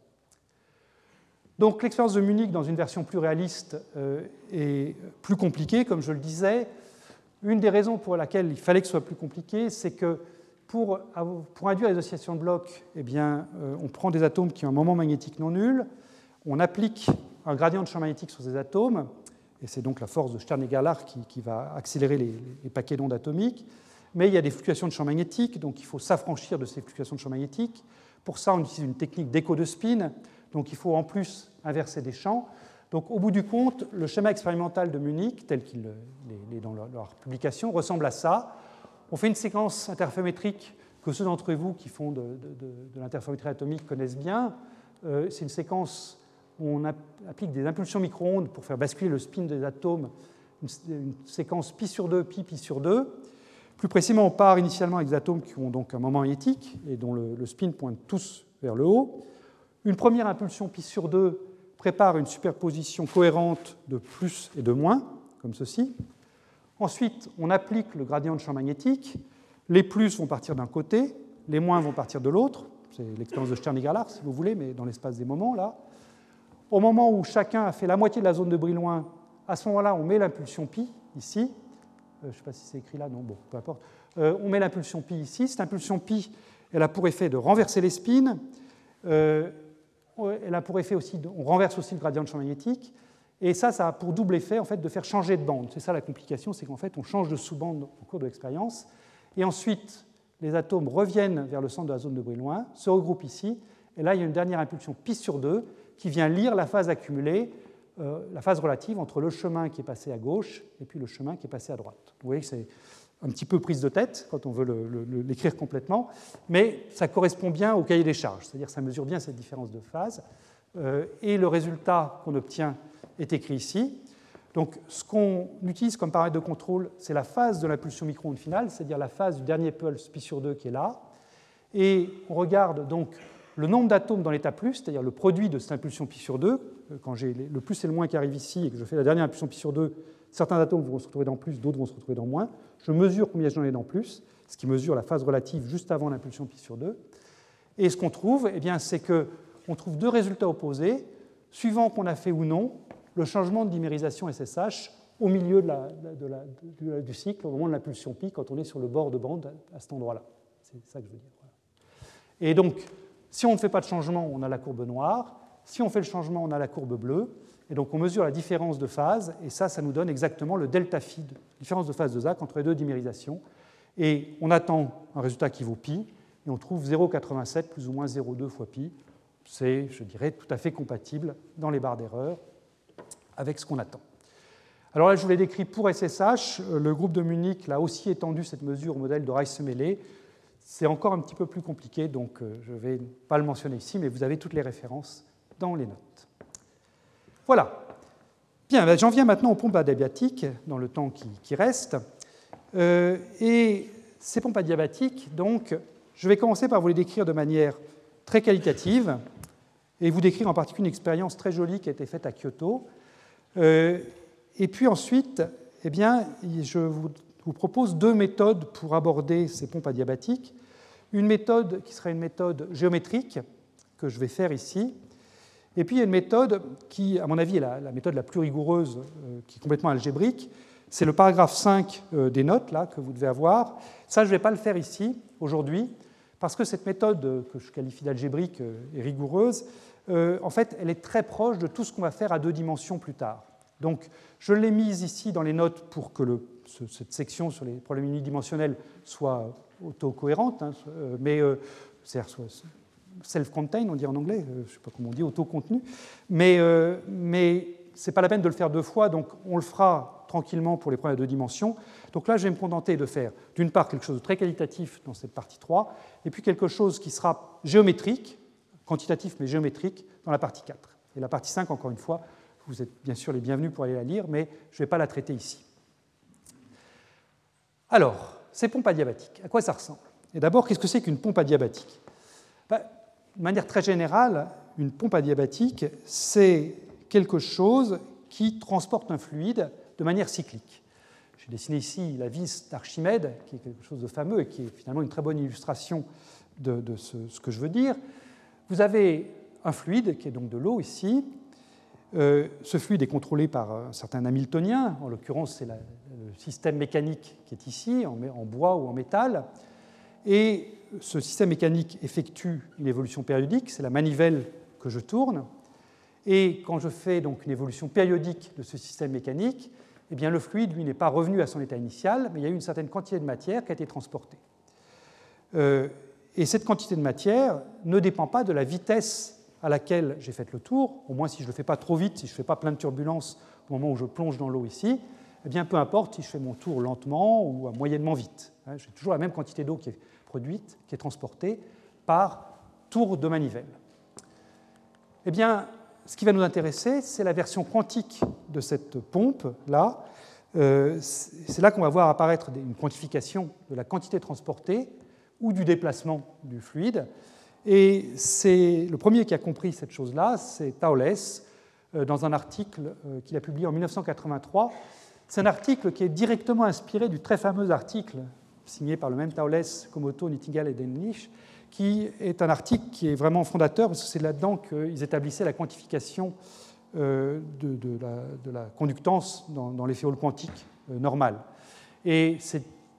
[SPEAKER 2] Donc l'expérience de Munich dans une version plus réaliste euh, est plus compliquée, comme je le disais. Une des raisons pour laquelle il fallait que ce soit plus compliqué, c'est que pour, pour induire les oscillations de blocs, eh bien, euh, on prend des atomes qui ont un moment magnétique non nul, on applique un gradient de champ magnétique sur ces atomes, et c'est donc la force de Stern-Gerlach qui, qui va accélérer les, les paquets d'ondes atomiques, mais il y a des fluctuations de champ magnétique, donc il faut s'affranchir de ces fluctuations de champ magnétique. Pour ça, on utilise une technique d'écho de spin, donc il faut en plus inverser des champs. Donc au bout du compte, le schéma expérimental de Munich, tel qu'il est dans leur publication, ressemble à ça. On fait une séquence interférométrique que ceux d'entre vous qui font de, de, de, de l'interférométrie atomique connaissent bien. Euh, c'est une séquence où on applique des impulsions micro-ondes pour faire basculer le spin des atomes, une, une séquence pi sur deux, pi, pi sur deux. Plus précisément, on part initialement avec des atomes qui ont donc un moment magnétique et dont le, le spin pointe tous vers le haut. Une première impulsion pi sur deux prépare une superposition cohérente de plus et de moins, comme ceci. Ensuite, on applique le gradient de champ magnétique. Les plus vont partir d'un côté, les moins vont partir de l'autre. C'est l'expérience de Stern-Gerlach, si vous voulez, mais dans l'espace des moments, là. Au moment où chacun a fait la moitié de la zone de Brillouin, à ce moment-là, on met l'impulsion pi, ici. Euh, je ne sais pas si c'est écrit là, non, bon, peu importe. Euh, on met l'impulsion pi ici. Cette impulsion pi Elle a pour effet de renverser les spins. Euh, elle a pour effet aussi, de, on renverse aussi le gradient de champ magnétique. Et ça, ça a pour double effet en fait, de faire changer de bande. C'est ça la complication, c'est qu'en fait, on change de sous-bande au cours de l'expérience. Et ensuite, les atomes reviennent vers le centre de la zone de bruit loin, se regroupent ici. Et là, il y a une dernière impulsion pi sur deux qui vient lire la phase accumulée, euh, la phase relative entre le chemin qui est passé à gauche et puis le chemin qui est passé à droite. Vous voyez que c'est un petit peu prise de tête quand on veut le, le, l'écrire complètement, mais ça correspond bien au cahier des charges, c'est-à-dire que ça mesure bien cette différence de phase. Euh, et le résultat qu'on obtient est écrit ici. Donc, ce qu'on utilise comme paramètre de contrôle, c'est la phase de l'impulsion micro-onde finale, c'est-à-dire la phase du dernier pulse pi sur deux qui est là. Et on regarde donc le nombre d'atomes dans l'état plus, c'est-à-dire le produit de cette impulsion pi sur deux. Quand j'ai le plus et le moins qui arrivent ici et que je fais la dernière impulsion pi sur deux, certains atomes vont se retrouver dans plus, d'autres vont se retrouver dans moins. Je mesure combien j'en ai dans plus, ce qui mesure la phase relative juste avant l'impulsion pi sur deux. Et ce qu'on trouve, eh bien, c'est qu'on trouve deux résultats opposés, suivant qu'on a fait ou non le changement de dimérisation S S H au milieu de la, de la, du, du cycle, au moment de l'impulsion pi, quand on est sur le bord de bande à cet endroit-là. C'est ça que je veux dire. Voilà. Et donc, si on ne fait pas de changement, on a la courbe noire. Si on fait le changement, on a la courbe bleue. Et donc, on mesure la différence de phase, et ça, ça nous donne exactement le delta phi, la différence de phase de Zach entre les deux dimérisations. Et on attend un résultat qui vaut pi, et on trouve zéro virgule quatre-vingt-sept plus ou moins zéro virgule deux fois pi. C'est, je dirais, tout à fait compatible dans les barres d'erreur avec ce qu'on attend. Alors là, je vous l'ai décrit pour S S H. Le groupe de Munich l'a aussi étendu cette mesure au modèle de Rice-Meillet. C'est encore un petit peu plus compliqué, donc je ne vais pas le mentionner ici, mais vous avez toutes les références dans les notes. Voilà. Bien, ben j'en viens maintenant aux pompes adiabatiques, dans le temps qui, qui reste. Euh, et ces pompes adiabatiques, donc, je vais commencer par vous les décrire de manière très qualitative, et vous décrire en particulier une expérience très jolie qui a été faite à Kyoto. Euh, et puis ensuite, eh bien, je vous, vous propose deux méthodes pour aborder ces pompes adiabatiques. Une méthode qui serait une méthode géométrique, que je vais faire ici, et puis il y a une méthode qui, à mon avis, est la, la méthode la plus rigoureuse, euh, qui est complètement algébrique. C'est le paragraphe cinq euh, des notes là, que vous devez avoir. Ça, je ne vais pas le faire ici, aujourd'hui, parce que cette méthode euh, que je qualifie d'algébrique euh, et rigoureuse, euh, en fait, elle est très proche de tout ce qu'on va faire à deux dimensions plus tard. Donc, je l'ai mise ici dans les notes pour que le, ce, cette section sur les problèmes unidimensionnels soit autocohérente, hein, euh, mais euh, c'est-à-dire soit self-contained, on dit en anglais, je ne sais pas comment on dit, auto-contenu, mais, euh, mais ce n'est pas la peine de le faire deux fois, donc on le fera tranquillement pour les problèmes à deux dimensions. Donc là, je vais me contenter de faire, d'une part, quelque chose de très qualitatif dans cette partie trois, et puis quelque chose qui sera géométrique, quantitatif mais géométrique, dans la partie quatre. Et la partie cinq, encore une fois, vous êtes bien sûr les bienvenus pour aller la lire, mais je ne vais pas la traiter ici. Alors, ces pompes adiabatiques, à quoi ça ressemble? Et d'abord, qu'est-ce que c'est qu'une pompe adiabatique? Ben, de manière très générale, une pompe adiabatique, c'est quelque chose qui transporte un fluide de manière cyclique. J'ai dessiné ici la vis d'Archimède, qui est quelque chose de fameux et qui est finalement une très bonne illustration de, de ce, ce que je veux dire. Vous avez un fluide, qui est donc de l'eau ici. Euh, ce fluide est contrôlé par un certain Hamiltonien, en l'occurrence c'est la, le système mécanique qui est ici, en, en bois ou en métal. Et ce système mécanique effectue une évolution périodique, c'est la manivelle que je tourne. Et quand je fais donc une évolution périodique de ce système mécanique, eh bien, le fluide, lui, n'est pas revenu à son état initial, mais il y a eu une certaine quantité de matière qui a été transportée. Euh, et cette quantité de matière ne dépend pas de la vitesse à laquelle j'ai fait le tour, au moins si je ne le fais pas trop vite, si je ne fais pas plein de turbulences au moment où je plonge dans l'eau ici, eh bien, peu importe si je fais mon tour lentement ou moyennement vite. J'ai toujours la même quantité d'eau qui est produite, qui est transportée par tour de manivelle. Eh bien, ce qui va nous intéresser, c'est la version quantique de cette pompe-là. Euh, c'est là qu'on va voir apparaître une quantification de la quantité transportée ou du déplacement du fluide. Et c'est le premier qui a compris cette chose-là, c'est Thouless, euh, dans un article euh, qu'il a publié en mille neuf cent quatre-vingt-trois. C'est un article qui est directement inspiré du très fameux article signé par le même Thouless, Komoto, Nightingale et Delitzsch, qui est un article qui est vraiment fondateur, parce que c'est là-dedans qu'ils établissaient la quantification euh, de, de, la, de la conductance dans, dans l'effet Hall quantique euh, normal. Et c'est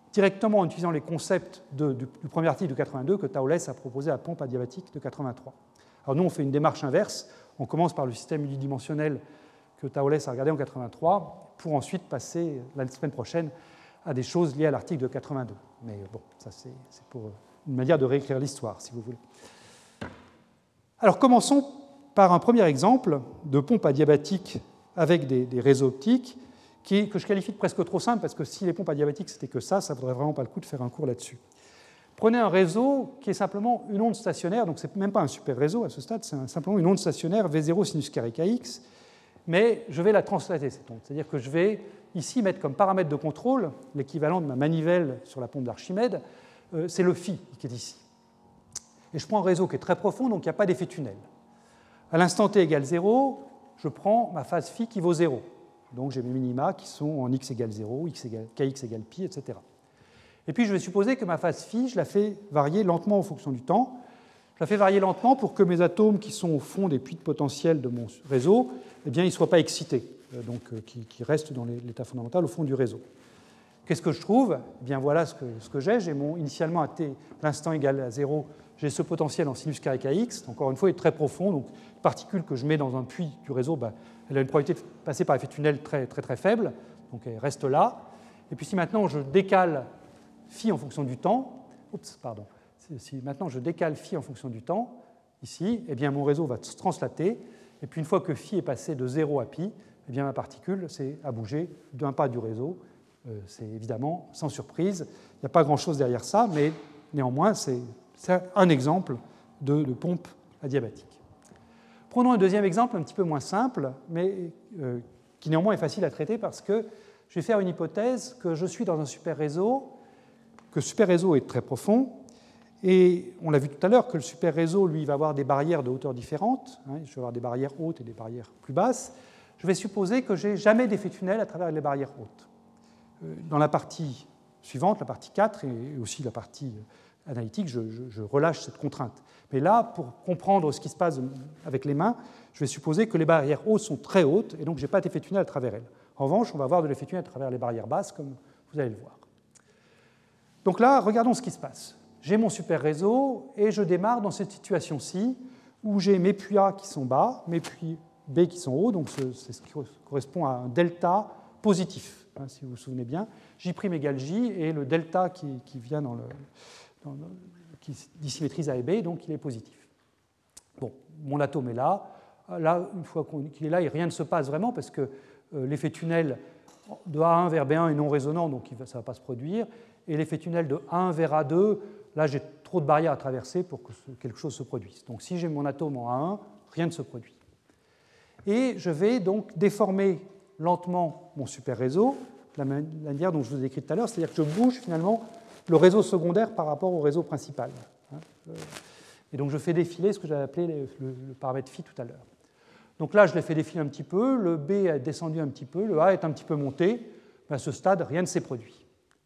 [SPEAKER 2] directement en utilisant les concepts de, du, du premier article de quatre-vingt-deux que Thouless a proposé à la pompe adiabatique de quatre-vingt-trois. Alors nous, on fait une démarche inverse. On commence par le système unidimensionnel que Thouless a regardé en quatre-vingt-trois, pour ensuite passer la semaine prochaine à des choses liées à l'article de quatre-vingt-deux. Mais bon, ça c'est pour une manière de réécrire l'histoire, si vous voulez. Alors commençons par un premier exemple de pompe adiabatique avec des, des réseaux optiques qui, que je qualifie de presque trop simple, parce que si les pompes adiabatiques c'était que ça, ça ne vaudrait vraiment pas le coup de faire un cours là-dessus. Prenez un réseau qui est simplement une onde stationnaire, donc ce n'est même pas un super réseau à ce stade, c'est simplement une onde stationnaire V zéro sinus carré K X, mais je vais la translater, cette onde. C'est-à-dire que je vais ici mettre comme paramètre de contrôle l'équivalent de ma manivelle sur la pompe d'Archimède, euh, c'est le phi qui est ici. Et je prends un réseau qui est très profond, donc il n'y a pas d'effet tunnel. À l'instant t égale zéro, je prends ma phase phi qui vaut zéro. Donc j'ai mes minima qui sont en x égale zéro, x égale, kx égale pi, et cetera. Et puis je vais supposer que ma phase phi, je la fais varier lentement en fonction du temps. Je la fais varier lentement pour que mes atomes qui sont au fond des puits de potentiel de mon réseau, eh bien, ils ne soient pas excités, donc euh, qui, qui restent dans l'état fondamental au fond du réseau. Qu'est-ce que je trouve? Eh bien, voilà ce que, ce que j'ai. J'ai mon, initialement à t, l'instant égal à zéro, j'ai ce potentiel en sinus carré Kx. Encore une fois, il est très profond. Donc, une particule que je mets dans un puits du réseau, ben, elle a une probabilité de passer par effet tunnel très, très, très faible. Donc, elle reste là. Et puis, si maintenant je décale phi en fonction du temps, oups, pardon. Si maintenant je décale phi en fonction du temps, ici, eh bien, mon réseau va se translater. Et puis, une fois que phi est passé de zéro à pi, eh bien, ma particule a bougé d'un pas du réseau. Euh, c'est évidemment sans surprise. Il n'y a pas grand-chose derrière ça, mais néanmoins, c'est un exemple de, de pompe adiabatique. Prenons un deuxième exemple un petit peu moins simple, mais euh, qui néanmoins est facile à traiter parce que je vais faire une hypothèse que je suis dans un super réseau, que ce super réseau est très profond, et on l'a vu tout à l'heure que le super réseau, lui, va avoir des barrières de hauteur différentes. Hein, je vais avoir des barrières hautes et des barrières plus basses. Je vais supposer que je n'ai jamais d'effet tunnel à travers les barrières hautes. Dans la partie suivante, la partie quatre, et aussi la partie analytique, je, je, je relâche cette contrainte. Mais là, pour comprendre ce qui se passe avec les mains, je vais supposer que les barrières hautes sont très hautes, et donc je n'ai pas d'effet tunnel à travers elles. En revanche, on va avoir de l'effet tunnel à travers les barrières basses, comme vous allez le voir. Donc là, regardons ce qui se passe. J'ai mon super réseau, et je démarre dans cette situation-ci, où j'ai mes puits A qui sont bas, mes puits B qui sont hauts, donc c'est ce qui correspond à un delta positif. Si vous vous souvenez bien, J' égale J, et le delta qui, qui vient dans le, dans le, qui dissymétrise A et B, donc il est positif. Bon, mon atome est là. Là, une fois qu'il est là, rien ne se passe vraiment, parce que euh, l'effet tunnel de A un vers B un est non résonant, donc ça ne va pas se produire. Et l'effet tunnel de A un vers A deux, là, j'ai trop de barrières à traverser pour que quelque chose se produise. Donc si j'ai mon atome en A un, rien ne se produit. Et je vais donc déformer lentement mon super réseau, de la manière dont je vous ai décrit tout à l'heure, c'est-à-dire que je bouge finalement le réseau secondaire par rapport au réseau principal. Et donc je fais défiler ce que j'avais appelé le, le paramètre phi tout à l'heure. Donc là, je l'ai fait défiler un petit peu, le B est descendu un petit peu, le A est un petit peu monté, mais à ce stade, rien ne s'est produit.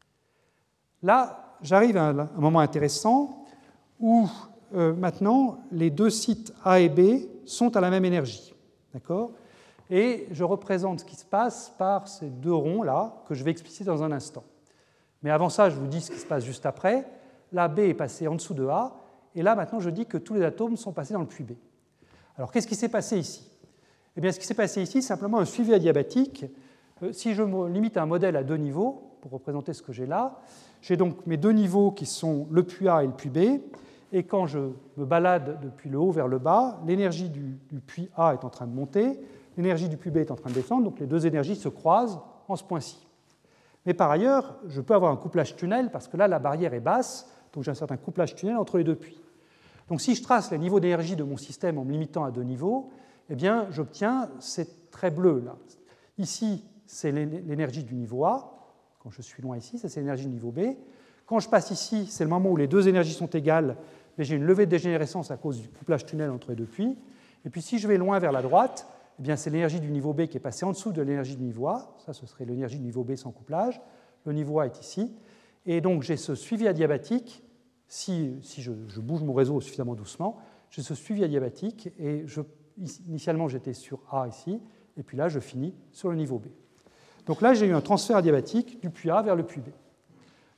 [SPEAKER 2] Là, j'arrive à un moment intéressant où euh, maintenant les deux sites A et B sont à la même énergie. D'accord ? Et je représente ce qui se passe par ces deux ronds-là, que je vais expliciter dans un instant. Mais avant ça, je vous dis ce qui se passe juste après. Là, B est passé en dessous de A, et là, maintenant, je dis que tous les atomes sont passés dans le puits B. Alors, qu'est-ce qui s'est passé ici? Eh bien, ce qui s'est passé ici, c'est simplement un suivi adiabatique. Si je me limite à un modèle à deux niveaux, pour représenter ce que j'ai là, j'ai donc mes deux niveaux qui sont le puits A et le puits B, et quand je me balade depuis le haut vers le bas, l'énergie du, du puits A est en train de monter, l'énergie du puits B est en train de descendre, donc les deux énergies se croisent en ce point-ci. Mais par ailleurs, je peux avoir un couplage tunnel, parce que là, la barrière est basse, donc j'ai un certain couplage tunnel entre les deux puits. Donc si je trace les niveaux d'énergie de mon système en me limitant à deux niveaux, eh bien, j'obtiens ces traits bleus-là. Ici, c'est l'énergie du niveau A. Quand je suis loin ici, ça c'est l'énergie du niveau B. Quand je passe ici, c'est le moment où les deux énergies sont égales, mais j'ai une levée de dégénérescence à cause du couplage tunnel entre les deux puits. Et puis si je vais loin vers la droite, eh bien, c'est l'énergie du niveau B qui est passée en dessous de l'énergie du niveau A. Ça, ce serait l'énergie du niveau B sans couplage. Le niveau A est ici. Et donc, j'ai ce suivi adiabatique. Si, si je, je bouge mon réseau suffisamment doucement, j'ai ce suivi adiabatique. Et je, initialement, j'étais sur A ici. Et puis là, je finis sur le niveau B. Donc là, j'ai eu un transfert adiabatique du puits A vers le puits B.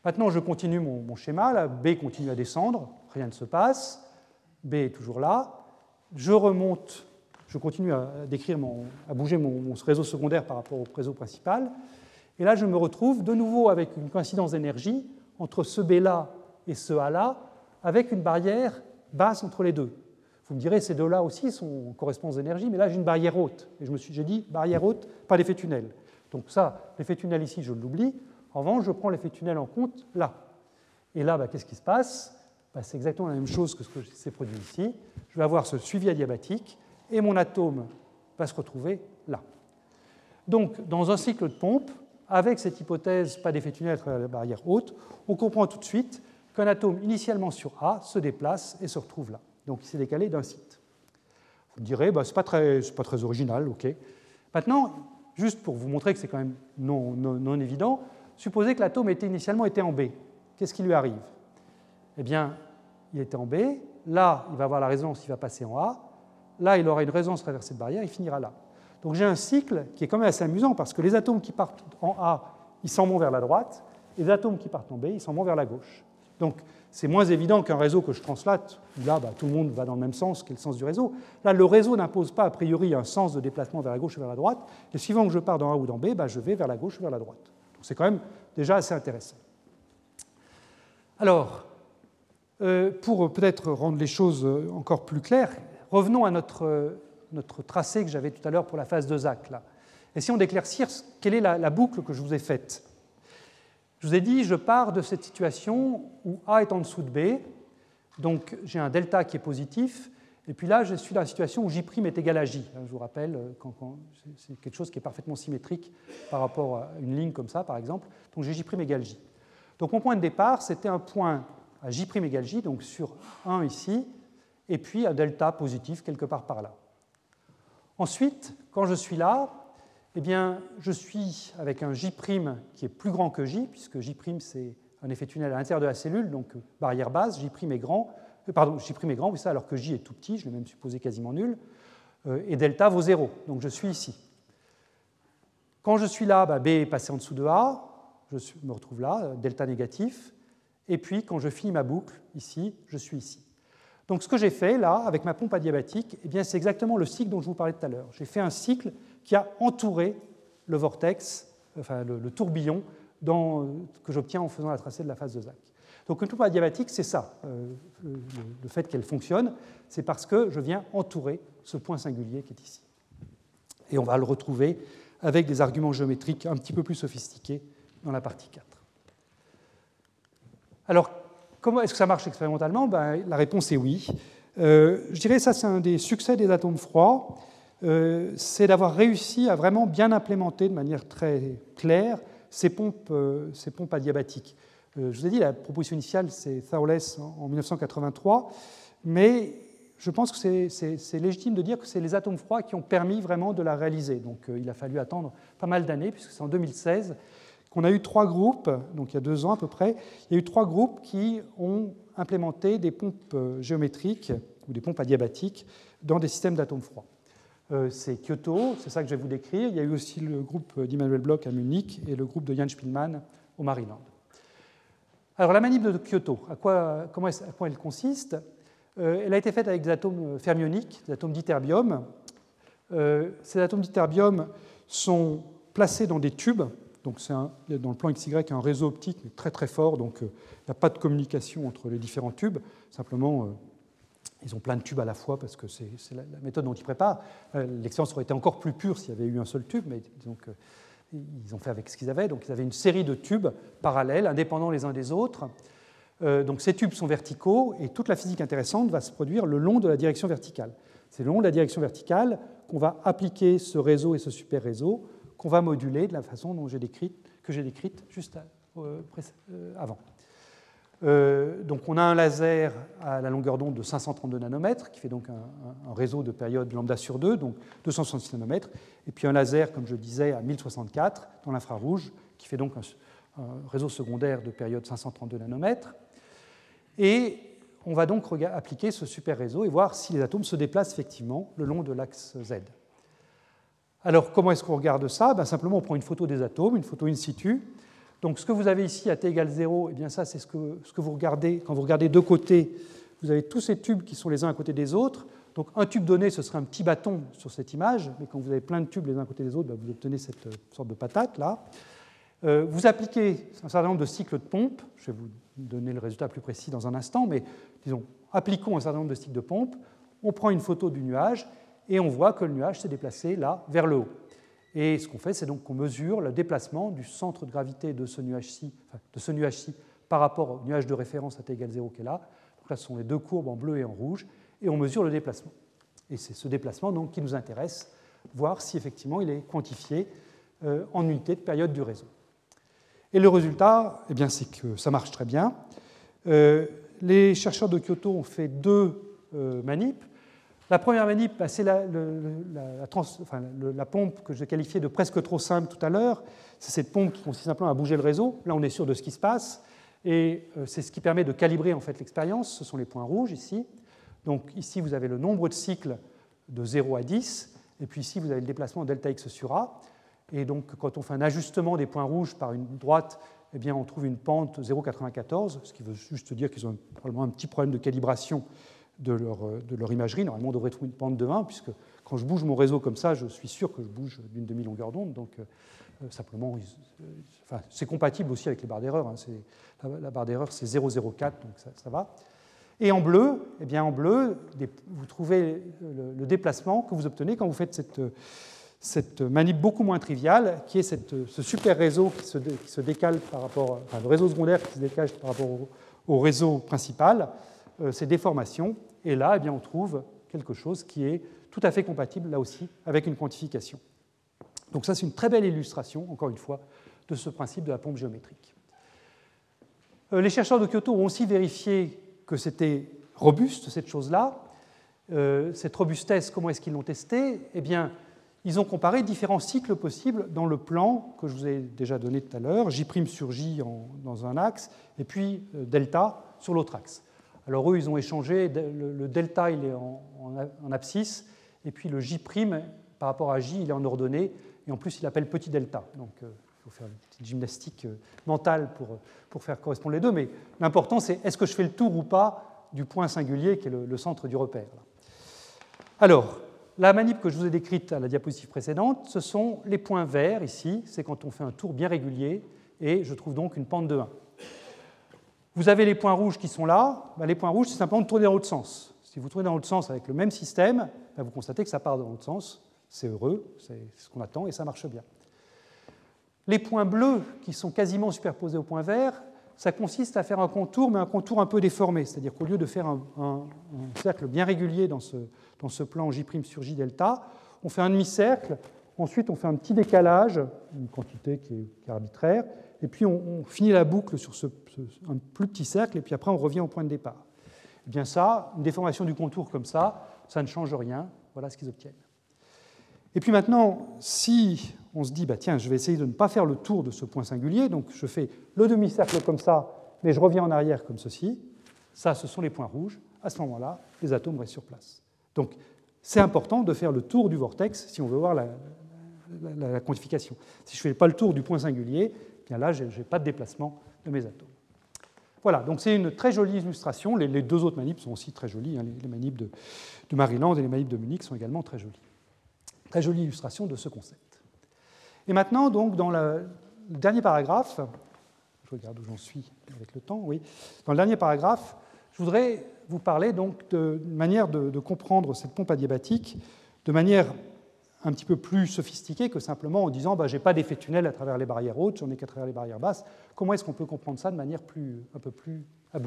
[SPEAKER 2] Maintenant, je continue mon, mon schéma. Là, B continue à descendre, rien ne se passe. B est toujours là. Je remonte, je continue à, décrire mon, à bouger mon, mon réseau secondaire par rapport au réseau principal. Et là, je me retrouve de nouveau avec une coïncidence d'énergie entre ce B-là et ce A-là, avec une barrière basse entre les deux. Vous me direz, ces deux-là aussi sont en correspondance d'énergie, mais là, j'ai une barrière haute. Et je me suis, j'ai dit, barrière haute, pas l'effet tunnel. Donc ça, l'effet tunnel ici, je l'oublie. En revanche, je prends l'effet tunnel en compte là. Et là, bah, qu'est-ce qui se passe? Bah, c'est exactement la même chose que ce qui s'est produit ici. Je vais avoir ce suivi adiabatique, et mon atome va se retrouver là. Donc, dans un cycle de pompe, avec cette hypothèse, pas d'effet tunnel à la barrière haute, on comprend tout de suite qu'un atome initialement sur A se déplace et se retrouve là. Donc il s'est décalé d'un site. Vous me direz, bah, ce n'est pas, pas très original, ok. Maintenant, juste pour vous montrer que c'est quand même non, non, non évident, supposez que l'atome était initialement était en B. Qu'est-ce qui lui arrive? Eh bien, il était en B, là, il va avoir la résonance, il va passer en A, là, il aura une résonance traversée de barrière, il finira là. Donc j'ai un cycle qui est quand même assez amusant parce que les atomes qui partent en A, ils s'en vont vers la droite, et les atomes qui partent en B, ils s'en vont vers la gauche. Donc c'est moins évident qu'un réseau que je translate, où là, bah, tout le monde va dans le même sens, qui est le sens du réseau. Là, le réseau n'impose pas a priori un sens de déplacement vers la gauche ou vers la droite, et suivant que je pars dans A ou dans B, bah, je vais vers la gauche ou vers la droite. Donc c'est quand même déjà assez intéressant. Alors, euh, pour peut-être rendre les choses encore plus claires, revenons à notre... notre tracé que j'avais tout à l'heure pour la phase de Zach. Là. Essayons d'éclaircir quelle est la, la boucle que je vous ai faite. Je vous ai dit, je pars de cette situation où A est en dessous de B, donc j'ai un delta qui est positif, et puis là, je suis dans la situation où J' est égal à J. Je vous rappelle, quand, quand, c'est quelque chose qui est parfaitement symétrique par rapport à une ligne comme ça, par exemple, donc j'ai J' égale J. Donc mon point de départ, c'était un point à J' égale J, donc sur un ici, et puis un delta positif quelque part par là. Ensuite, quand je suis là, eh bien, je suis avec un J' qui est plus grand que J, puisque J' c'est un effet tunnel à l'intérieur de la cellule, donc barrière basse, J' est grand, euh, pardon, J' est grand, oui, ça, alors que J est tout petit, je l'ai même supposé quasiment nul, euh, et delta vaut zéro, donc je suis ici. Quand je suis là, bah, B est passé en dessous de A, je suis, me retrouve là, delta négatif, et puis quand je finis ma boucle, ici, je suis ici. Donc ce que j'ai fait là, avec ma pompe adiabatique, eh bien, c'est exactement le cycle dont je vous parlais tout à l'heure. J'ai fait un cycle qui a entouré le vortex, enfin le, le tourbillon dans, que j'obtiens en faisant la tracée de la phase de Zach. Donc une pompe adiabatique, c'est ça. Euh, le, le fait qu'elle fonctionne, c'est parce que je viens entourer ce point singulier qui est ici. Et on va le retrouver avec des arguments géométriques un petit peu plus sophistiqués dans la partie quatre. Alors, comment est-ce que ça marche expérimentalement? Ben, la réponse est oui. Euh, je dirais que ça, c'est un des succès des atomes froids, euh, c'est d'avoir réussi à vraiment bien implémenter de manière très claire ces pompes, euh, ces pompes adiabatiques. Euh, je vous ai dit, la proposition initiale, c'est Thouless en, en mille neuf cent quatre-vingt-trois, mais je pense que c'est, c'est, c'est légitime de dire que c'est les atomes froids qui ont permis vraiment de la réaliser. Donc euh, il a fallu attendre pas mal d'années, puisque c'est en deux mille seize qu'on a eu trois groupes, donc il y a deux ans à peu près, il y a eu trois groupes qui ont implémenté des pompes géométriques ou des pompes adiabatiques dans des systèmes d'atomes froids. Euh, c'est Kyoto, c'est ça que je vais vous décrire. Il y a eu aussi le groupe d'Immanuel Bloch à Munich et le groupe de Jan Spielmann au Maryland. Alors la manip de Kyoto, à quoi, comment est, à quoi elle consiste? euh, Elle a été faite avec des atomes fermioniques, des atomes d'ytterbium. Euh, ces atomes d'ytterbium sont placés dans des tubes. Donc c'est un, dans le plan X Y un réseau optique mais très très fort, donc euh, il n'y a pas de communication entre les différents tubes. Simplement, euh, ils ont plein de tubes à la fois parce que c'est, c'est la, la méthode dont ils préparent. Euh, l'expérience aurait été encore plus pure s'il y avait eu un seul tube, mais disons qu'ils ont fait avec ce qu'ils avaient. Donc ils avaient une série de tubes parallèles, indépendants les uns des autres. Euh, donc ces tubes sont verticaux et toute la physique intéressante va se produire le long de la direction verticale. C'est le long de la direction verticale qu'on va appliquer ce réseau et ce super réseau, qu'on va moduler de la façon dont j'ai décrite, que j'ai décrite juste euh, avant. Euh, donc on a un laser à la longueur d'onde de cinq cent trente-deux nanomètres, qui fait donc un, un, un réseau de période lambda sur deux, donc deux cent soixante-six nanomètres, et puis un laser, comme je disais, à mille soixante-quatre dans l'infrarouge, qui fait donc un, un réseau secondaire de période cinq cent trente-deux nanomètres. Et on va donc appliquer ce super réseau et voir si les atomes se déplacent effectivement le long de l'axe Z. Alors, comment est-ce qu'on regarde ça? Ben, simplement, on prend une photo des atomes, une photo in situ. Donc ce que vous avez ici à t égale zéro, eh bien ça c'est ce que, ce que vous regardez, quand vous regardez de côté, vous avez tous ces tubes qui sont les uns à côté des autres. Donc un tube donné, ce serait un petit bâton sur cette image, mais quand vous avez plein de tubes les uns à côté des autres, bah, vous obtenez cette sorte de patate là. Euh, vous appliquez un certain nombre de cycles de pompe, je vais vous donner le résultat plus précis dans un instant, mais disons, appliquons un certain nombre de cycles de pompe, on prend une photo du nuage et on voit que le nuage s'est déplacé là vers le haut. Et ce qu'on fait, c'est donc qu'on mesure le déplacement du centre de gravité de ce nuage-ci, enfin, de ce nuage-ci par rapport au nuage de référence à t égale zéro qui est là. Donc là, ce sont les deux courbes en bleu et en rouge, et on mesure le déplacement. Et c'est ce déplacement donc, qui nous intéresse, voir si effectivement il est quantifié euh, en unité de période du réseau. Et le résultat, eh bien, c'est que ça marche très bien. Euh, les chercheurs de Kyoto ont fait deux euh, manips. La première manip, bah, c'est la, le, la, la, trans, enfin, le, la pompe que je qualifiais de presque trop simple tout à l'heure. C'est cette pompe qui consiste simplement à bouger le réseau. Là, on est sûr de ce qui se passe. Et euh, c'est ce qui permet de calibrer en fait, l'expérience. Ce sont les points rouges ici. Donc ici, vous avez le nombre de cycles de zéro à dix. Et puis ici, vous avez le déplacement delta x sur A. Et donc, quand on fait un ajustement des points rouges par une droite, eh bien, on trouve une pente zéro virgule quatre-vingt-quatorze, ce qui veut juste dire qu'ils ont probablement un petit problème de calibration de leur, de leur imagerie. Normalement, on devrait trouver une pente de un, puisque quand je bouge mon réseau comme ça, je suis sûr que je bouge d'une demi-longueur d'onde. Donc, euh, simplement, euh, enfin, c'est compatible aussi avec les barres d'erreur. Hein. La, la barre d'erreur, c'est zéro virgule zéro quatre, donc ça, ça va. Et en bleu, eh bien, en bleu, des, vous trouvez le, le déplacement que vous obtenez quand vous faites cette... cette manip beaucoup moins triviale, qui est cette, ce super réseau qui se, qui se décale par rapport, enfin, le réseau secondaire qui se décale par rapport au, au réseau principal, euh, ces déformations. Et là, eh bien, on trouve quelque chose qui est tout à fait compatible, là aussi, avec une quantification. Donc ça, c'est une très belle illustration, encore une fois, de ce principe de la pompe géométrique. Euh, les chercheurs de Kyoto ont aussi vérifié que c'était robuste, cette chose-là. Euh, cette robustesse, comment est-ce qu'ils l'ont testée ? Eh bien, ils ont comparé différents cycles possibles dans le plan que je vous ai déjà donné tout à l'heure, J' sur J en, dans un axe, et puis euh, delta sur l'autre axe. Alors eux, ils ont échangé, le, le delta il est en, en, en abscisse, et puis le J' par rapport à J, il est en ordonnée, et en plus il appelle petit delta. Donc euh, il faut faire une petite gymnastique euh, mentale pour, pour faire correspondre les deux, mais l'important c'est est-ce que je fais le tour ou pas du point singulier qui est le, le centre du repère. Là. Alors, la manip que je vous ai décrite à la diapositive précédente, ce sont les points verts ici, c'est quand on fait un tour bien régulier, et je trouve donc une pente de un. Vous avez les points rouges qui sont là, ben les points rouges c'est simplement de tourner dans l'autre sens. Si vous tournez dans l'autre sens avec le même système, ben vous constatez que ça part dans l'autre sens, c'est heureux, c'est ce qu'on attend, et ça marche bien. Les points bleus qui sont quasiment superposés aux points verts, ça consiste à faire un contour, mais un contour un peu déformé, c'est-à-dire qu'au lieu de faire un, un, un cercle bien régulier dans ce, dans ce plan J' sur J delta, on fait un demi-cercle, ensuite on fait un petit décalage, une quantité qui est, qui est arbitraire, et puis on, on finit la boucle sur ce, ce, un plus petit cercle, et puis après on revient au point de départ. Et bien ça, une déformation du contour comme ça, ça ne change rien, voilà ce qu'ils obtiennent. Et puis maintenant, si on se dit, bah, tiens, je vais essayer de ne pas faire le tour de ce point singulier, donc je fais le demi-cercle comme ça, mais je reviens en arrière comme ceci, ça, ce sont les points rouges, à ce moment-là, les atomes restent sur place. Donc, c'est important de faire le tour du vortex si on veut voir la, la, la, la quantification. Si je ne fais pas le tour du point singulier, bien là, je n'ai pas de déplacement de mes atomes. Voilà, donc c'est une très jolie illustration. Les, les deux autres manips sont aussi très jolies. Hein. Les, les manips de, de Maryland et les manips de Munich sont également très jolies. Très jolie illustration de ce concept. Et maintenant, donc, dans la, le dernier paragraphe, je regarde où j'en suis avec le temps, oui. Dans le dernier paragraphe, je voudrais vous parler donc d'une manière de, de comprendre cette pompe adiabatique de manière un petit peu plus sophistiquée que simplement en disant bah, « je n'ai pas d'effet tunnel à travers les barrières hautes, j'en ai qu'à travers les barrières basses ». Comment est-ce qu'on peut comprendre ça de manière plus, un peu plus aboutie ?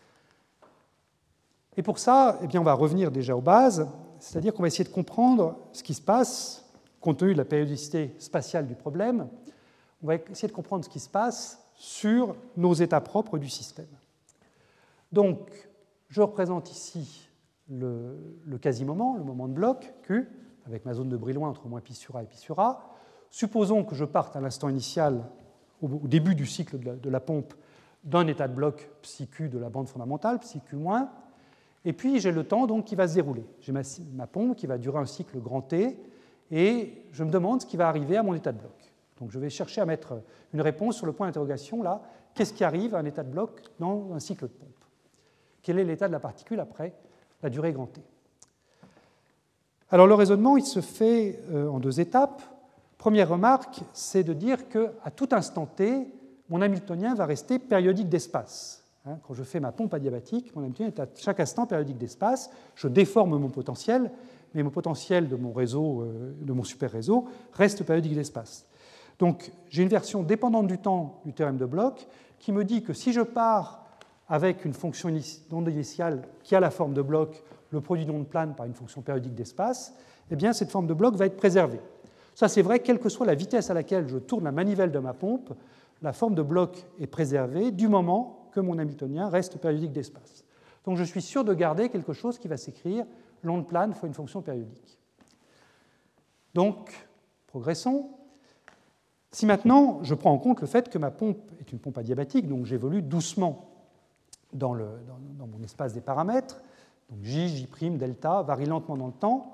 [SPEAKER 2] Et pour ça, eh bien, on va revenir déjà aux bases, c'est-à-dire qu'on va essayer de comprendre ce qui se passe, compte tenu de la périodicité spatiale du problème, on va essayer de comprendre ce qui se passe sur nos états propres du système. Donc, je représente ici le, le quasi-moment, le moment de bloc, Q, avec ma zone de Brillouin entre moins π sur A et π sur A. Supposons que je parte à l'instant initial, au, au début du cycle de la, de la pompe, d'un état de bloc psi Q de la bande fondamentale, psi Q-, et puis j'ai le temps donc, qui va se dérouler. J'ai ma, ma pompe qui va durer un cycle grand T, et je me demande ce qui va arriver à mon état de bloc. Donc je vais chercher à mettre une réponse sur le point d'interrogation, là. Qu'est-ce qui arrive à un état de bloc dans un cycle de pompe? Quel est l'état de la particule après la durée grand T? Alors le raisonnement, il se fait en deux étapes. Première remarque, c'est de dire qu'à tout instant T, mon Hamiltonien va rester périodique d'espace. Quand je fais ma pompe adiabatique, mon Hamiltonien est à chaque instant périodique d'espace. Je déforme mon potentiel, mais mon potentiel de mon réseau, de mon super réseau, reste périodique d'espace. Donc j'ai une version dépendante du temps du théorème de Bloch qui me dit que si je pars avec une fonction d'onde initiale qui a la forme de Bloch, le produit d'onde plane par une fonction périodique d'espace, eh bien cette forme de Bloch va être préservée. Ça c'est vrai, quelle que soit la vitesse à laquelle je tourne la manivelle de ma pompe, la forme de Bloch est préservée du moment que mon Hamiltonien reste périodique d'espace. Donc je suis sûr de garder quelque chose qui va s'écrire l'onde plane fois une fonction périodique. Donc, progressons. Si maintenant je prends en compte le fait que ma pompe est une pompe adiabatique, donc j'évolue doucement dans, le, dans, dans mon espace des paramètres, donc J, J', delta, varie lentement dans le temps.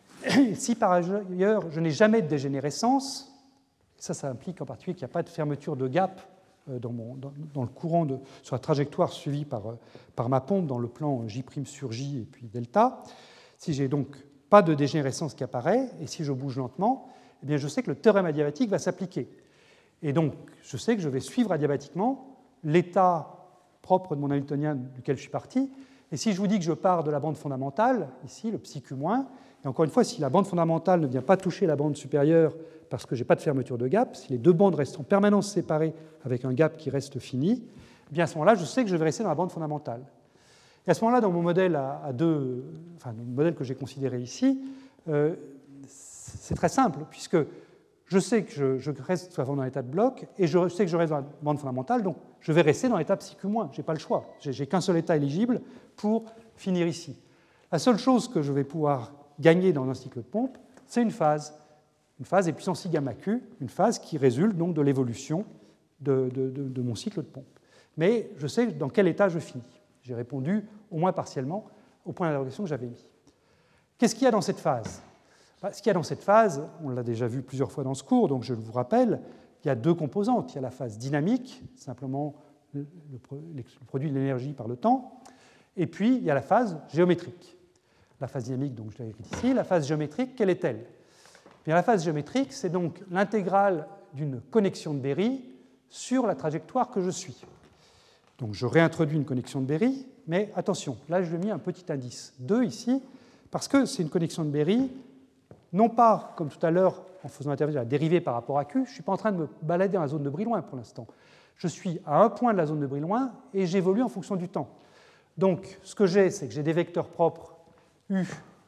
[SPEAKER 2] Et si par ailleurs je n'ai jamais de dégénérescence, ça, ça implique en particulier qu'il n'y a pas de fermeture de gap dans, mon, dans, dans le courant, de, sur la trajectoire suivie par, par ma pompe dans le plan J' sur J et puis delta. Si j'ai donc pas de dégénérescence qui apparaît, et si je bouge lentement, eh bien je sais que le théorème adiabatique va s'appliquer. Et donc, je sais que je vais suivre adiabatiquement l'état propre de mon Hamiltonien duquel je suis parti. Et si je vous dis que je pars de la bande fondamentale, ici, le psi Q-, et encore une fois, si la bande fondamentale ne vient pas toucher la bande supérieure parce que je n'ai pas de fermeture de gap, si les deux bandes restent en permanence séparées avec un gap qui reste fini, eh bien à ce moment-là, je sais que je vais rester dans la bande fondamentale. Et à ce moment-là, dans mon modèle à, à deux, enfin, le modèle que j'ai considéré ici, euh, c'est très simple, puisque je sais que je, je reste dans l'état de bloc, et je sais que je reste dans la bande fondamentale, donc je vais rester dans l'état psi Q-. Je n'ai pas le choix. Je n'ai qu'un seul état éligible pour finir ici. La seule chose que je vais pouvoir gagner dans un cycle de pompe, c'est une phase. Une phase est puissance I gamma Q, une phase qui résulte donc de l'évolution de, de, de, de mon cycle de pompe. Mais je sais dans quel état je finis. J'ai répondu au moins partiellement au point d'interrogation que j'avais mis. Qu'est-ce qu'il y a dans cette phase? Ce qu'il y a dans cette phase, on l'a déjà vu plusieurs fois dans ce cours, donc je vous rappelle, il y a deux composantes. Il y a la phase dynamique, simplement le, le, le produit de l'énergie par le temps, et puis il y a la phase géométrique. La phase dynamique, donc je l'ai écrite ici. La phase géométrique, quelle est-elle? Bien, la phase géométrique, c'est donc l'intégrale d'une connexion de Berry sur la trajectoire que je suis. Donc je réintroduis une connexion de Berry, mais attention, là je lui ai mis un petit indice deux ici, parce que c'est une connexion de Berry, non pas, comme tout à l'heure, en faisant intervenir la dérivée par rapport à Q, je ne suis pas en train de me balader dans la zone de Brillouin pour l'instant. Je suis à un point de la zone de Brillouin et j'évolue en fonction du temps. Donc ce que j'ai, c'est que j'ai des vecteurs propres U,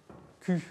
[SPEAKER 2] Q,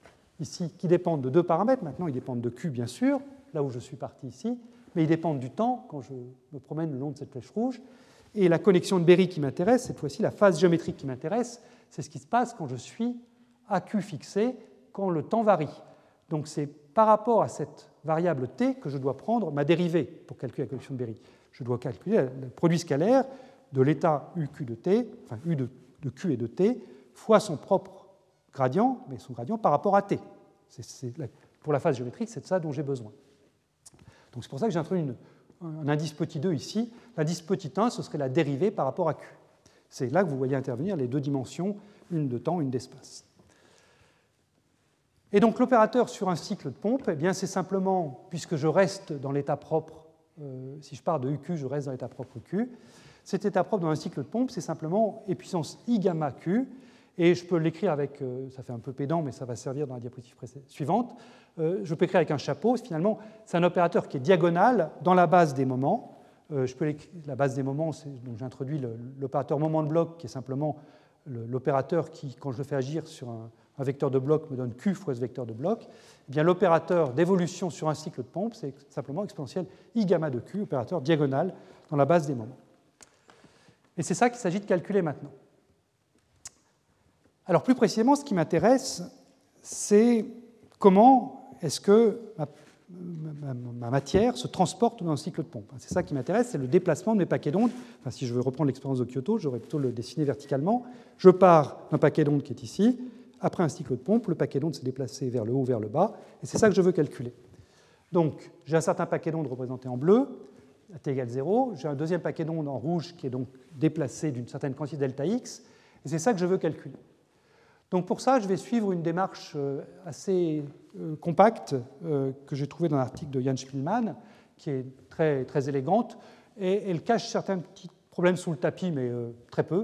[SPEAKER 2] ici, qui dépendent de deux paramètres. Maintenant, ils dépendent de Q, bien sûr, là où je suis parti ici, mais ils dépendent du temps quand je me promène le long de cette flèche rouge. Et la connexion de Berry qui m'intéresse, cette fois-ci, la phase géométrique qui m'intéresse, c'est ce qui se passe quand je suis à Q fixé, quand le temps varie. Donc c'est par rapport à cette variable t que je dois prendre ma dérivée pour calculer la connexion de Berry. Je dois calculer le produit scalaire de l'état U Q de t, enfin U de, de Q et de t, fois son propre gradient, mais son gradient par rapport à t. C'est, c'est, pour la phase géométrique, c'est de ça dont j'ai besoin. Donc c'est pour ça que j'ai introduit une, un indice petit deux ici. L'indice petit un, ce serait la dérivée par rapport à Q. C'est là que vous voyez intervenir les deux dimensions, une de temps, une d'espace. Et donc l'opérateur sur un cycle de pompe, eh bien, c'est simplement, puisque je reste dans l'état propre, euh, si je pars de U Q, je reste dans l'état propre Q, cet état propre dans un cycle de pompe, c'est simplement E puissance I gamma Q, et je peux l'écrire avec, euh, ça fait un peu pédant, mais ça va servir dans la diapositive suivante, euh, je peux écrire avec un chapeau, finalement, c'est un opérateur qui est diagonal dans la base des moments. Euh, je peux l'écrire, la base des moments, c'est, donc j'introduis le, l'opérateur moment de bloc, qui est simplement le, l'opérateur qui, quand je le fais agir sur un, un vecteur de bloc, me donne Q fois ce vecteur de bloc. Eh bien, l'opérateur d'évolution sur un cycle de pompe, c'est simplement exponentielle I gamma de Q, opérateur diagonal dans la base des moments. Et c'est ça qu'il s'agit de calculer maintenant. Alors plus précisément, ce qui m'intéresse, c'est comment est-ce que ma, ma, ma matière se transporte dans un cycle de pompe. C'est ça qui m'intéresse, c'est le déplacement de mes paquets d'ondes. Enfin, si je veux reprendre l'expérience de Kyoto, j'aurais plutôt le dessiner verticalement. Je pars d'un paquet d'ondes qui est ici. Après un cycle de pompe, le paquet d'ondes s'est déplacé vers le haut, vers le bas, et c'est ça que je veux calculer. Donc, j'ai un certain paquet d'ondes représenté en bleu, à t égale zéro. J'ai un deuxième paquet d'ondes en rouge qui est donc déplacé d'une certaine quantité delta x. Et c'est ça que je veux calculer. Donc pour ça, je vais suivre une démarche assez compacte que j'ai trouvée dans l'article de Jan Spielmann, qui est très, très élégante, et elle cache certains petits problèmes sous le tapis, mais très peu,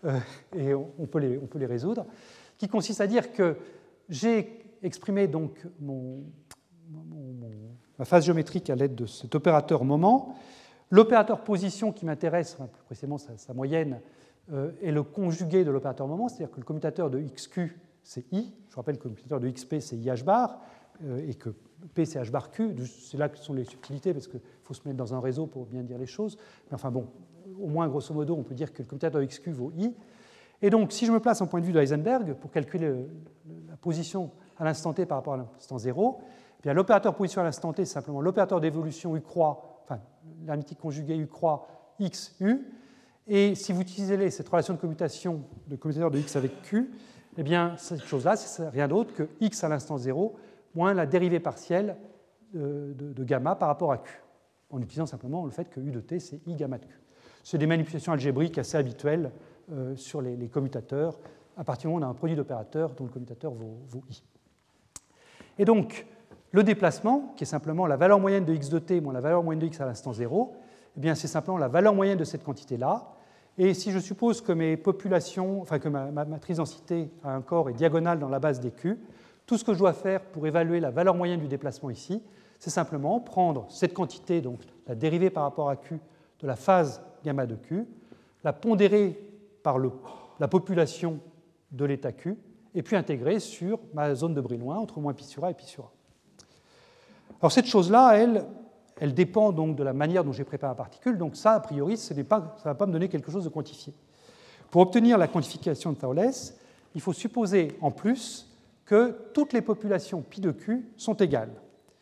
[SPEAKER 2] et on peut les, on peut les résoudre, qui consiste à dire que j'ai exprimé donc mon, mon, mon, ma phase géométrique à l'aide de cet opérateur moment. L'opérateur position qui m'intéresse, enfin, plus précisément sa, sa moyenne, euh, est le conjugué de l'opérateur moment, c'est-à-dire que le commutateur de xq, c'est i. Je rappelle que le commutateur de xp, c'est ih bar, euh, et que p, c'est h bar q. C'est là que sont les subtilités, parce qu'il faut se mettre dans un réseau pour bien dire les choses. Mais enfin bon, au moins, grosso modo, on peut dire que le commutateur de xq vaut i. Et donc, si je me place en point de vue de Heisenberg, pour calculer le, la position à l'instant t par rapport à l'instant zéro, eh bien, l'opérateur position à l'instant t, c'est simplement l'opérateur d'évolution u croix, enfin, l'hermétique conjugué u croix x, u. Et si vous utilisez cette relation de commutation de commutateur de x avec q, eh bien, cette chose-là, c'est rien d'autre que x à l'instant zéro moins la dérivée partielle de, de, de gamma par rapport à q, en utilisant simplement le fait que u de t, c'est i gamma de q. C'est des manipulations algébriques assez habituelles euh, sur les, les commutateurs, à partir du moment où on a un produit d'opérateurs dont le commutateur vaut, vaut i. Et donc, le déplacement, qui est simplement la valeur moyenne de x de t moins la valeur moyenne de x à l'instant zéro, eh bien, c'est simplement la valeur moyenne de cette quantité-là. Et si je suppose que mes populations, enfin que ma, ma matrice densité à un corps est diagonale dans la base des Q, tout ce que je dois faire pour évaluer la valeur moyenne du déplacement ici, c'est simplement prendre cette quantité, donc la dérivée par rapport à Q de la phase gamma de Q, la pondérer par le, la population de l'état Q, et puis intégrer sur ma zone de Brillouin entre moins pi sur A et pi sur A. Alors cette chose-là, elle, elle dépend donc de la manière dont j'ai préparé la particule, donc ça, a priori, ce n'est pas, ça ne va pas me donner quelque chose de quantifié. Pour obtenir la quantification de Thouless, il faut supposer en plus que toutes les populations pi de Q sont égales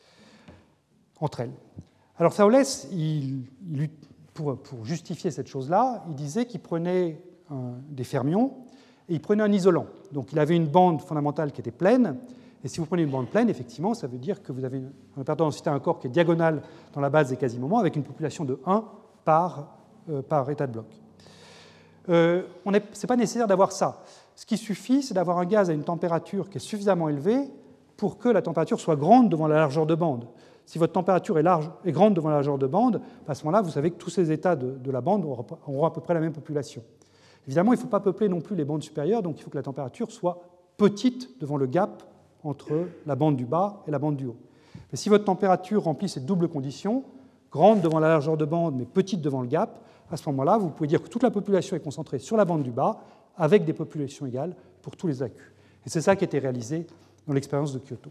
[SPEAKER 2] entre elles. Alors Thouless, il, il, pour, pour justifier cette chose-là, il disait qu'il prenait un, des fermions et il prenait un isolant. Donc il avait une bande fondamentale qui était pleine. Et si vous prenez une bande pleine, effectivement, ça veut dire que vous avez un opérateur de densité à un corps qui est diagonal dans la base des quasi-moments avec une population de un par, euh, par état de bloc. Euh, ce n'est pas nécessaire d'avoir ça. Ce qui suffit, c'est d'avoir un gaz à une température qui est suffisamment élevée pour que la température soit grande devant la largeur de bande. Si votre température est, large, est grande devant la largeur de bande, à ce moment-là, vous savez que tous ces états de, de la bande auront à peu près la même population. Évidemment, il ne faut pas peupler non plus les bandes supérieures, donc il faut que la température soit petite devant le gap entre la bande du bas et la bande du haut. Mais si votre température remplit cette double condition, grande devant la largeur de bande mais petite devant le gap, à ce moment-là, vous pouvez dire que toute la population est concentrée sur la bande du bas avec des populations égales pour tous les A Q. Et c'est ça qui a été réalisé dans l'expérience de Kyoto.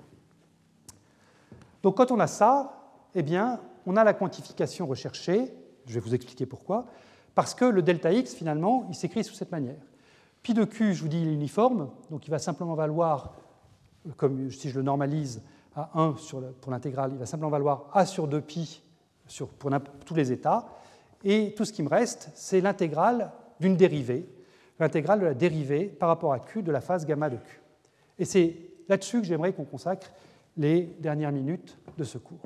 [SPEAKER 2] Donc quand on a ça, eh bien, on a la quantification recherchée, je vais vous expliquer pourquoi, parce que le delta x, finalement, il s'écrit sous cette manière. Pi de Q, je vous dis, il est uniforme, donc il va simplement valoir, comme si je le normalise à un sur le, pour l'intégrale, il va simplement valoir A sur deux pi sur, pour tous les états. Et tout ce qui me reste, c'est l'intégrale d'une dérivée, l'intégrale de la dérivée par rapport à Q de la phase gamma de Q. Et c'est là-dessus que j'aimerais qu'on consacre les dernières minutes de ce cours.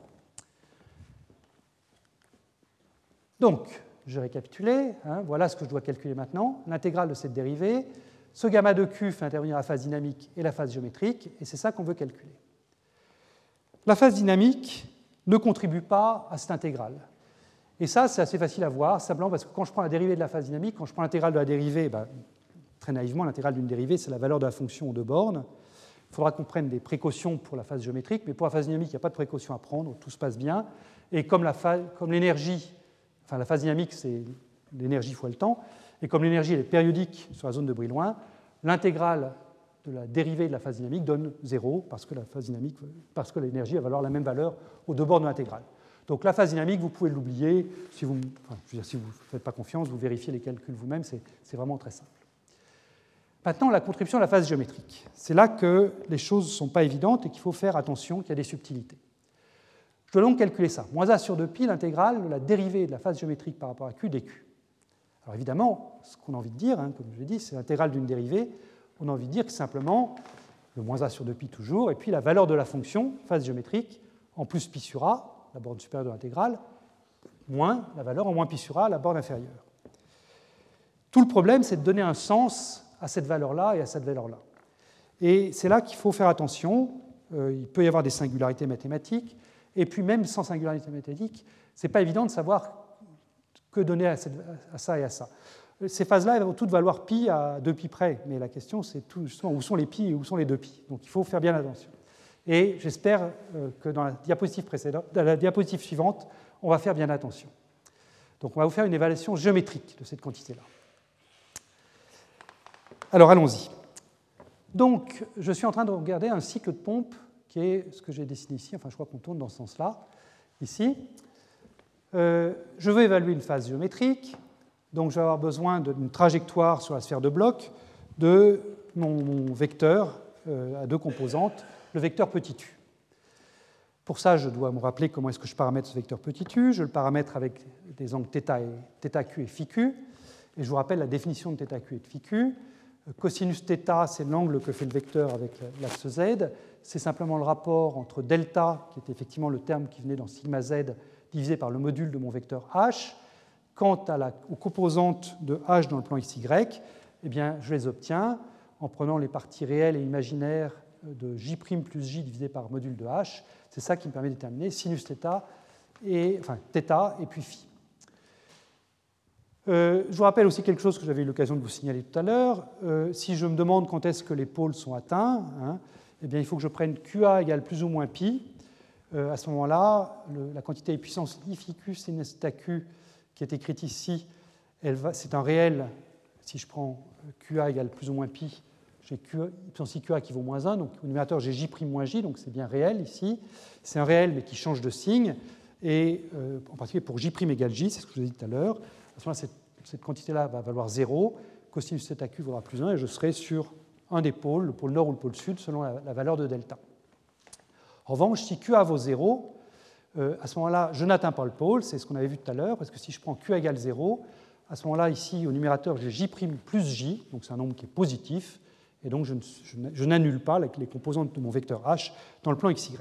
[SPEAKER 2] Donc, je vais récapituler, hein, voilà ce que je dois calculer maintenant, l'intégrale de cette dérivée. Ce gamma de Q fait intervenir la phase dynamique et la phase géométrique, et c'est ça qu'on veut calculer. La phase dynamique ne contribue pas à cette intégrale. Et ça, c'est assez facile à voir, simplement parce que quand je prends la dérivée de la phase dynamique, quand je prends l'intégrale de la dérivée, ben, très naïvement, l'intégrale d'une dérivée, c'est la valeur de la fonction en deux bornes. Il faudra qu'on prenne des précautions pour la phase géométrique, mais pour la phase dynamique, il n'y a pas de précaution à prendre, tout se passe bien. Et comme, la phase, comme l'énergie, enfin la phase dynamique, c'est l'énergie fois le temps, et comme l'énergie est périodique sur la zone de Brillouin, l'intégrale de la dérivée de la phase dynamique donne zéro, parce que la phase dynamique, parce que l'énergie va valoir la même valeur aux deux bornes de l'intégrale. Donc la phase dynamique, vous pouvez l'oublier. Si vous enfin, ne si vous faites pas confiance, vous vérifiez les calculs vous-même, c'est, c'est vraiment très simple. Maintenant, la contribution de la phase géométrique. C'est là que les choses ne sont pas évidentes et qu'il faut faire attention, qu'il y a des subtilités. Je dois donc calculer ça. Moins A sur deux pi, l'intégrale de la dérivée de la phase géométrique par rapport à Q dQ. Alors évidemment, ce qu'on a envie de dire, hein, comme je l'ai dit, c'est l'intégrale d'une dérivée. On a envie de dire que simplement le moins A sur deux pi toujours, et puis la valeur de la fonction, phase géométrique, en plus pi sur a, la borne supérieure de l'intégrale, moins la valeur en moins pi sur a, la borne inférieure. Tout le problème, c'est de donner un sens à cette valeur-là et à cette valeur-là. Et c'est là qu'il faut faire attention. Euh, il peut y avoir des singularités mathématiques, et puis même sans singularité mathématique, ce n'est pas évident de savoir que donner à, cette, à ça et à ça. Ces phases-là, elles vont toutes valoir pi à deux pi près, mais la question, c'est tout justement où sont les pi et où sont les deux pi. Donc il faut faire bien attention. Et j'espère euh, que dans la diapositive précédente, dans la diapositive suivante, on va faire bien attention. Donc on va vous faire une évaluation géométrique de cette quantité-là. Alors allons-y. Donc je suis en train de regarder un cycle de pompe qui est ce que j'ai dessiné ici, enfin je crois qu'on tourne dans ce sens-là, ici. Euh, je veux évaluer une phase géométrique, donc je vais avoir besoin d'une trajectoire sur la sphère de bloc de mon, mon vecteur euh, à deux composantes, le vecteur petit u. Pour ça, je dois me rappeler comment est-ce que je paramètre ce vecteur petit u. Je le paramètre avec des angles θ, et, θq et φq. Et je vous rappelle la définition de θq et de φq. Cosinus θ, c'est l'angle que fait le vecteur avec l'axe z. C'est simplement le rapport entre delta, qui est effectivement le terme qui venait dans sigma z, divisé par le module de mon vecteur h. Quant à la, aux composantes de h dans le plan xy, eh bien, je les obtiens en prenant les parties réelles et imaginaires de j' plus j divisé par module de h. C'est ça qui me permet de déterminer sinus θ, et, enfin θ et puis phi. Euh, je vous rappelle aussi quelque chose que j'avais eu l'occasion de vous signaler tout à l'heure. Euh, si je me demande quand est-ce que les pôles sont atteints, hein, eh bien, il faut que je prenne qa égale plus ou moins pi. Euh, à ce moment-là, le, la quantité puissance I phi q sinus θq qui est écrite ici, c'est un réel. Si je prends qa égale plus ou moins pi, j'ai puissance iqa qui vaut moins un, donc au numérateur j'ai j' moins j, donc c'est bien réel ici. C'est un réel mais qui change de signe, et euh, en particulier pour j' égale j, c'est ce que je vous ai dit tout à l'heure. À ce moment-là, cette, cette quantité-là va valoir zéro, cosinus θq vaudra plus un, et je serai sur un des pôles, le pôle nord ou le pôle sud, selon la, la valeur de delta. En revanche, si qa vaut zéro, euh, à ce moment-là, je n'atteins pas le pôle, c'est ce qu'on avait vu tout à l'heure, parce que si je prends q égale zéro, à ce moment-là, ici, au numérateur, j'ai j' plus j, donc c'est un nombre qui est positif, et donc je, je, je n'annule pas les composantes de mon vecteur h dans le plan xy.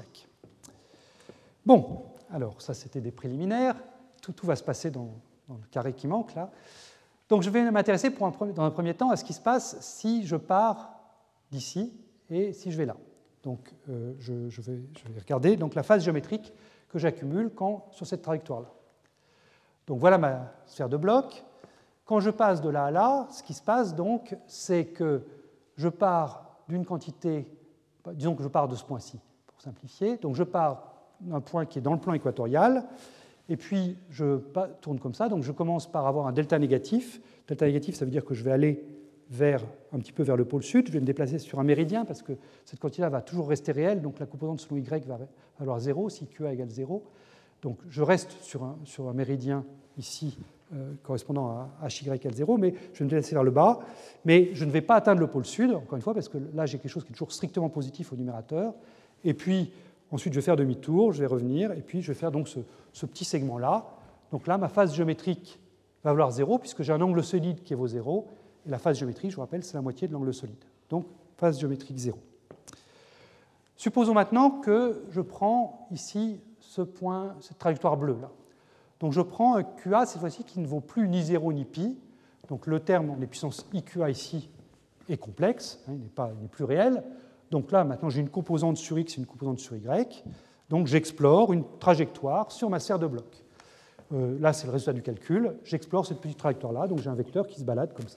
[SPEAKER 2] Bon, alors ça c'était des préliminaires, tout, tout va se passer dans, dans le carré qui manque là. Donc je vais m'intéresser pour un, dans un premier temps à ce qui se passe si je pars d'ici et si je vais là. Donc euh, je, je, vais, je vais regarder donc, la phase géométrique que j'accumule quand sur cette trajectoire-là. Donc voilà ma sphère de bloc. Quand je passe de là à là, ce qui se passe donc, c'est que je pars d'une quantité, disons que je pars de ce point-ci, pour simplifier, donc je pars d'un point qui est dans le plan équatorial, et puis je tourne comme ça, donc je commence par avoir un delta négatif. Delta négatif, ça veut dire que je vais aller vers, un petit peu vers le pôle sud, je vais me déplacer sur un méridien, parce que cette quantité-là va toujours rester réelle, donc la composante selon y va valoir zéro, si qa égale zéro. Donc je reste sur un, sur un méridien ici, Euh, correspondant à hy égale zéro, mais je vais me déplacer vers le bas, mais je ne vais pas atteindre le pôle sud, encore une fois, parce que là j'ai quelque chose qui est toujours strictement positif au numérateur, et puis ensuite je vais faire demi-tour, je vais revenir, et puis je vais faire donc ce, ce petit segment-là. Donc là, ma phase géométrique va valoir zéro, puisque j'ai un angle solide qui vaut zéro, et la phase géométrique, je vous rappelle, c'est la moitié de l'angle solide. Donc phase géométrique zéro. Supposons maintenant que je prends ici ce point, cette trajectoire bleue là. Donc je prends un qa, cette fois-ci, qui ne vaut plus ni zéro ni pi. Donc le terme, les puissances iqa ici, est complexe, hein, il n'est pas, il n'est plus réel. Donc là, maintenant, j'ai une composante sur x et une composante sur y. Donc j'explore une trajectoire sur ma sphère de bloc. Euh, là, c'est le résultat du calcul. J'explore cette petite trajectoire-là, donc j'ai un vecteur qui se balade comme ça.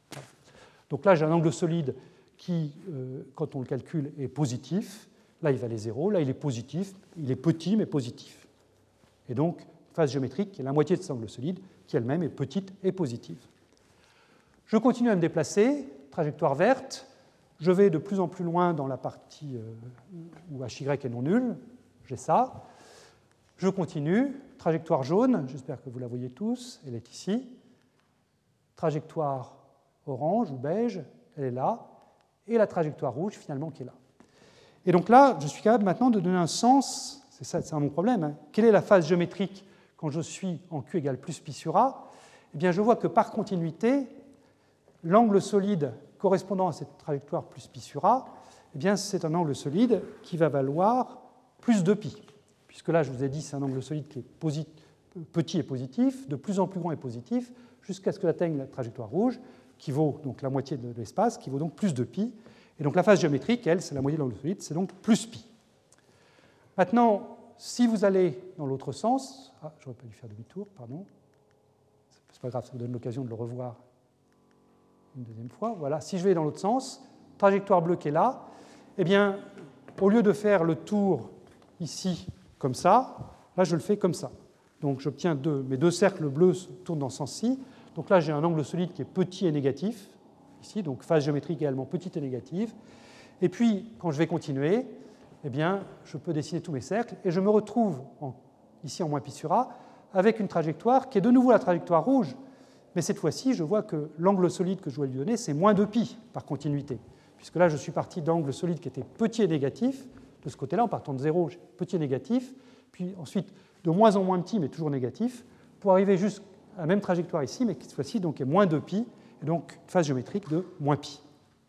[SPEAKER 2] Donc là, j'ai un angle solide qui, euh, quand on le calcule, est positif. Là, il valait zéro. Là, il est positif. Il est petit, mais positif. Et donc, phase géométrique, qui est la moitié de cet angle solide, qui elle-même est petite et positive. Je continue à me déplacer, trajectoire verte, je vais de plus en plus loin dans la partie où hy est non nul, j'ai ça. Je continue, trajectoire jaune, j'espère que vous la voyez tous, elle est ici. Trajectoire orange ou beige, elle est là. Et la trajectoire rouge, finalement, qui est là. Et donc là, je suis capable maintenant de donner un sens, c'est ça, c'est mon problème, hein. Quelle est la phase géométrique quand je suis en Q égale plus pi sur A? Eh bien, je vois que par continuité, l'angle solide correspondant à cette trajectoire plus pi sur A, eh bien, c'est un angle solide qui va valoir plus deux pi. puisque là, je vous ai dit, c'est un angle solide qui est posit- petit et positif, de plus en plus grand et positif, jusqu'à ce que atteigne la trajectoire rouge, qui vaut donc la moitié de l'espace, qui vaut donc plus de pi. Et donc la phase géométrique, elle, c'est la moitié de l'angle solide, c'est donc plus pi. Maintenant, si vous allez dans l'autre sens, ah, j'aurais pas dû faire demi-tour, pardon, c'est pas grave, ça vous donne l'occasion de le revoir une deuxième fois. Voilà, si je vais dans l'autre sens, trajectoire bleue qui est là, eh bien, au lieu de faire le tour ici comme ça, là je le fais comme ça. Donc j'obtiens deux, mes deux cercles bleus tournent dans ce sens-ci. Donc là j'ai un angle solide qui est petit et négatif, ici, donc phase géométrique également petite et négative. Et puis, quand je vais continuer, eh bien, je peux dessiner tous mes cercles et je me retrouve en, ici en moins pi sur a avec une trajectoire qui est de nouveau la trajectoire rouge, mais cette fois-ci, je vois que l'angle solide que je dois lui donner, c'est moins deux pi par continuité, puisque là, je suis parti d'angle solide qui était petit et négatif, de ce côté-là, en partant de zéro, j'ai petit et négatif, puis ensuite de moins en moins petit, mais toujours négatif, pour arriver jusqu'à la même trajectoire ici, mais qui cette fois-ci donc, est moins deux pi, et donc phase géométrique de moins pi.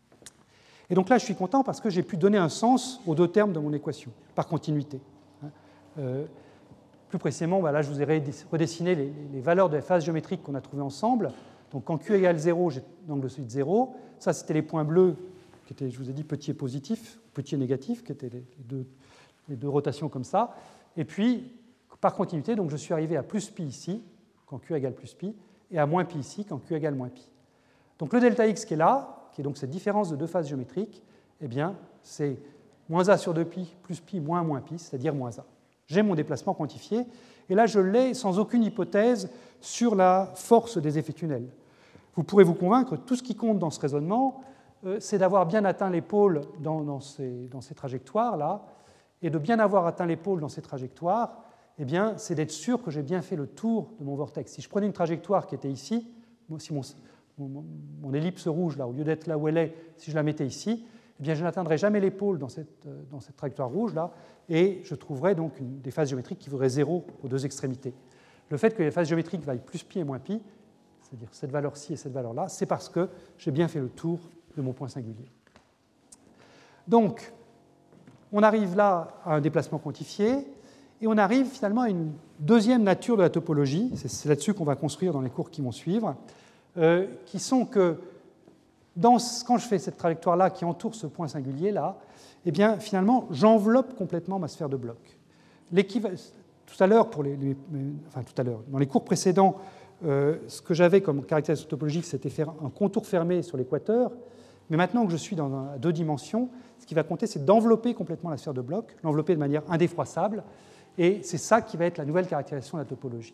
[SPEAKER 2] Et donc là, je suis content parce que j'ai pu donner un sens aux deux termes de mon équation, par continuité. Euh, plus précisément, bah là, je vous ai redessiné les, les valeurs de la phase géométrique qu'on a trouvées ensemble. Donc quand Q égale zéro, j'ai l'angle solide zéro. Ça, c'était les points bleus, qui étaient, je vous ai dit, petit et positif, petit et négatif, qui étaient les deux, les deux rotations comme ça. Et puis, par continuité, donc je suis arrivé à plus pi ici, quand Q égale plus pi, et à moins pi ici, quand Q égale moins pi. Donc le delta x qui est là, qui est donc cette différence de deux phases géométriques, eh bien, c'est moins a sur deux pi plus pi moins moins pi, c'est-à-dire moins a. J'ai mon déplacement quantifié, et là je l'ai sans aucune hypothèse sur la force des effets tunnels. Vous pourrez vous convaincre, tout ce qui compte dans ce raisonnement, euh, c'est d'avoir bien atteint les pôles dans, dans ces, dans ces trajectoires-là, et de bien avoir atteint les pôles dans ces trajectoires, eh bien, c'est d'être sûr que j'ai bien fait le tour de mon vortex. Si je prenais une trajectoire qui était ici, si mon Mon, mon ellipse rouge, là, au lieu d'être là où elle est, si je la mettais ici, eh bien, je n'atteindrais jamais les pôles dans cette, dans cette trajectoire rouge, là, et je trouverais donc une, des phases géométriques qui vaudraient zéro aux deux extrémités. Le fait que les phases géométriques vaillent plus pi et moins pi, c'est-à-dire cette valeur-ci et cette valeur-là, c'est parce que j'ai bien fait le tour de mon point singulier. Donc, on arrive là à un déplacement quantifié, et on arrive finalement à une deuxième nature de la topologie, c'est là-dessus qu'on va construire dans les cours qui vont suivre, Euh, qui sont que dans, quand je fais cette trajectoire-là qui entoure ce point singulier-là, eh bien, finalement, j'enveloppe complètement ma sphère de bloc. Tout à l'heure, pour les, les, enfin, tout à l'heure, dans les cours précédents, euh, ce que j'avais comme caractéristique topologique, c'était faire un contour fermé sur l'équateur, mais maintenant que je suis dans un, à deux dimensions, ce qui va compter, c'est d'envelopper complètement la sphère de bloc, l'envelopper de manière indéfroissable, et c'est ça qui va être la nouvelle caractérisation de la topologie.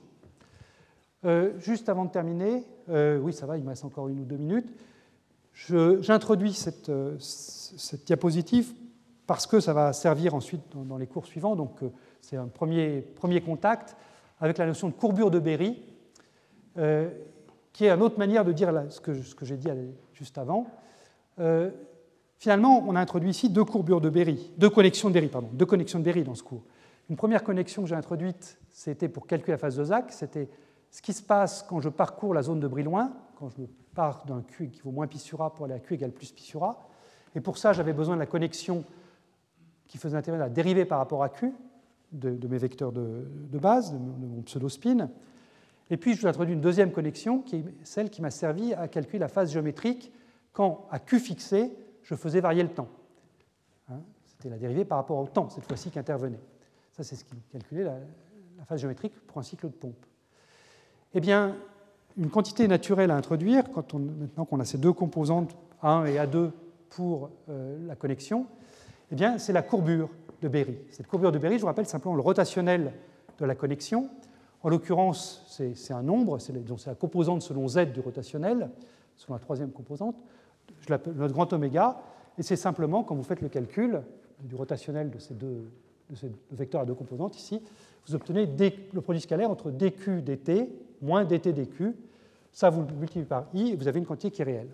[SPEAKER 2] Euh, juste avant de terminer, euh, oui, ça va, il me reste encore une ou deux minutes, j'introduis cette, euh, cette diapositive parce que ça va servir ensuite dans, dans les cours suivants. Donc, euh, c'est un premier, premier contact avec la notion de courbure de Berry, euh, qui est une autre manière de dire là, ce que, ce que j'ai dit juste avant. Euh, finalement, on a introduit ici deux courbures de Berry, deux connexions de Berry, pardon, deux connexions de Berry dans ce cours. Une première connexion que j'ai introduite, c'était pour calculer la phase de Zach, c'était ce qui se passe quand je parcours la zone de Brillouin, quand je pars d'un Q qui vaut moins pi sur a pour aller à Q égale plus pi sur a. Et pour ça, j'avais besoin de la connexion qui faisait intervenir la dérivée par rapport à Q de, de mes vecteurs de, de base, de, de mon pseudo-spin. Et puis, je vous introduis une deuxième connexion, qui est celle qui m'a servi à calculer la phase géométrique quand, à Q fixé, je faisais varier le temps. Hein, c'était la dérivée par rapport au temps, cette fois-ci, qui intervenait. Ça, c'est ce qui calculait la, la phase géométrique pour un cycle de pompe. Eh bien, une quantité naturelle à introduire, quand on, maintenant qu'on a ces deux composantes, A un et A deux, pour euh, la connexion, eh bien, c'est la courbure de Berry. Cette courbure de Berry, je vous rappelle simplement le rotationnel de la connexion. En l'occurrence, c'est un nombre, c'est la composante selon Z du rotationnel, selon la troisième composante, je l'appelle notre grand oméga, et c'est simplement, quand vous faites le calcul du rotationnel de ces deux, de ces deux vecteurs à deux composantes ici, vous obtenez le produit scalaire entre dq dt moins dt dq. Ça, vous le multipliez par i et vous avez une quantité qui est réelle.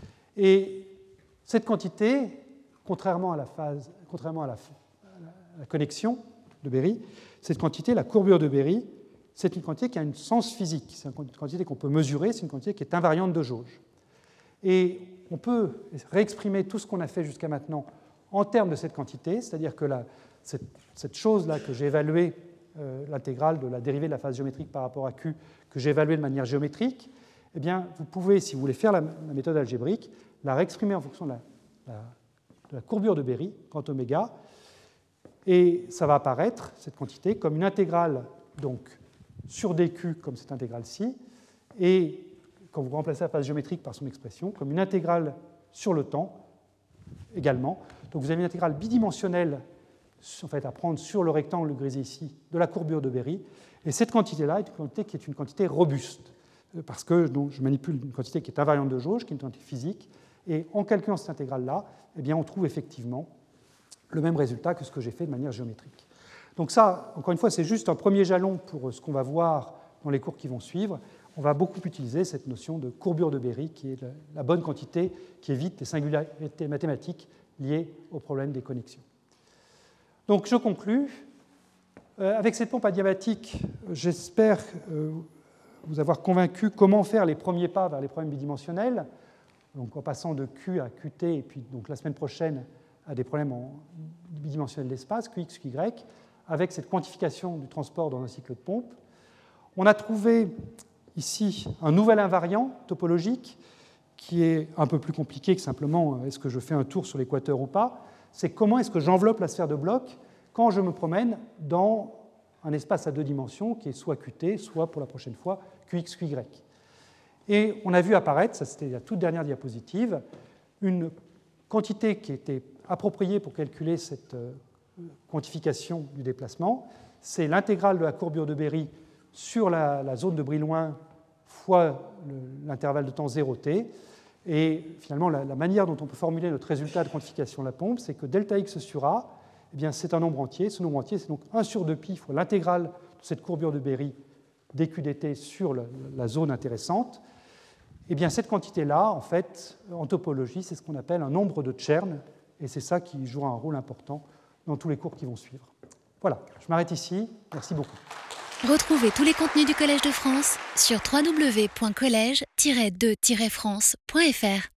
[SPEAKER 2] Et cette quantité, contrairement à la, phase, contrairement à la, à la connexion de Berry, cette quantité, la courbure de Berry, c'est une quantité qui a un sens physique. C'est une quantité qu'on peut mesurer, c'est une quantité qui est invariante de jauge. Et on peut réexprimer tout ce qu'on a fait jusqu'à maintenant en termes de cette quantité, c'est-à-dire que la, cette, cette chose-là que j'ai évaluée euh, l'intégrale de la dérivée de la phase géométrique par rapport à Q que j'ai évaluée de manière géométrique, eh bien, vous pouvez, si vous voulez faire la, la méthode algébrique, la réexprimer en fonction de la, la, de la courbure de Berry, grand oméga, et ça va apparaître, cette quantité, comme une intégrale donc, sur dq, comme cette intégrale-ci, et quand vous remplacez la phase géométrique par son expression, comme une intégrale sur le temps également. Donc vous avez une intégrale bidimensionnelle en fait, à prendre sur le rectangle grisé ici de la courbure de Berry, et cette quantité-là est une quantité qui est une quantité robuste, parce que donc, je manipule une quantité qui est invariante de jauge, qui est une quantité physique, et en calculant cette intégrale-là, eh bien, on trouve effectivement le même résultat que ce que j'ai fait de manière géométrique. Donc ça, encore une fois, c'est juste un premier jalon pour ce qu'on va voir dans les cours qui vont suivre. On va beaucoup utiliser cette notion de courbure de Berry, qui est la bonne quantité qui évite les singularités mathématiques liées au problème des connexions. Donc je conclus. Euh, avec cette pompe adiabatique, j'espère euh, vous avoir convaincu comment faire les premiers pas vers les problèmes bidimensionnels, donc en passant de Q à Qt, et puis donc la semaine prochaine à des problèmes en bidimensionnels d'espace, Qx, Qy, avec cette quantification du transport dans un cycle de pompe. On a trouvé ici un nouvel invariant topologique qui est un peu plus compliqué que simplement est-ce que je fais un tour sur l'équateur ou pas. C'est comment est-ce que j'enveloppe la sphère de bloc quand je me promène dans un espace à deux dimensions qui est soit Qt, soit pour la prochaine fois Qx, Qy. Et on a vu apparaître, ça c'était la toute dernière diapositive, une quantité qui était appropriée pour calculer cette quantification du déplacement. C'est l'intégrale de la courbure de Berry sur la, la zone de Brillouin fois l'intervalle de temps zéro t. Et finalement, la, la manière dont on peut formuler notre résultat de quantification de la pompe, c'est que delta x sur a, eh bien, c'est un nombre entier. Ce nombre entier, c'est donc un sur deux pi fois l'intégrale de cette courbure de Berry dq dt sur la, la zone intéressante. Eh bien, cette quantité-là, en fait, en topologie, c'est ce qu'on appelle un nombre de Chern, et c'est ça qui jouera un rôle important dans tous les cours qui vont suivre. Voilà, je m'arrête ici. Merci beaucoup.
[SPEAKER 1] Retrouvez tous les contenus du Collège de France sur w w w point collège tiret de tiret france point f r.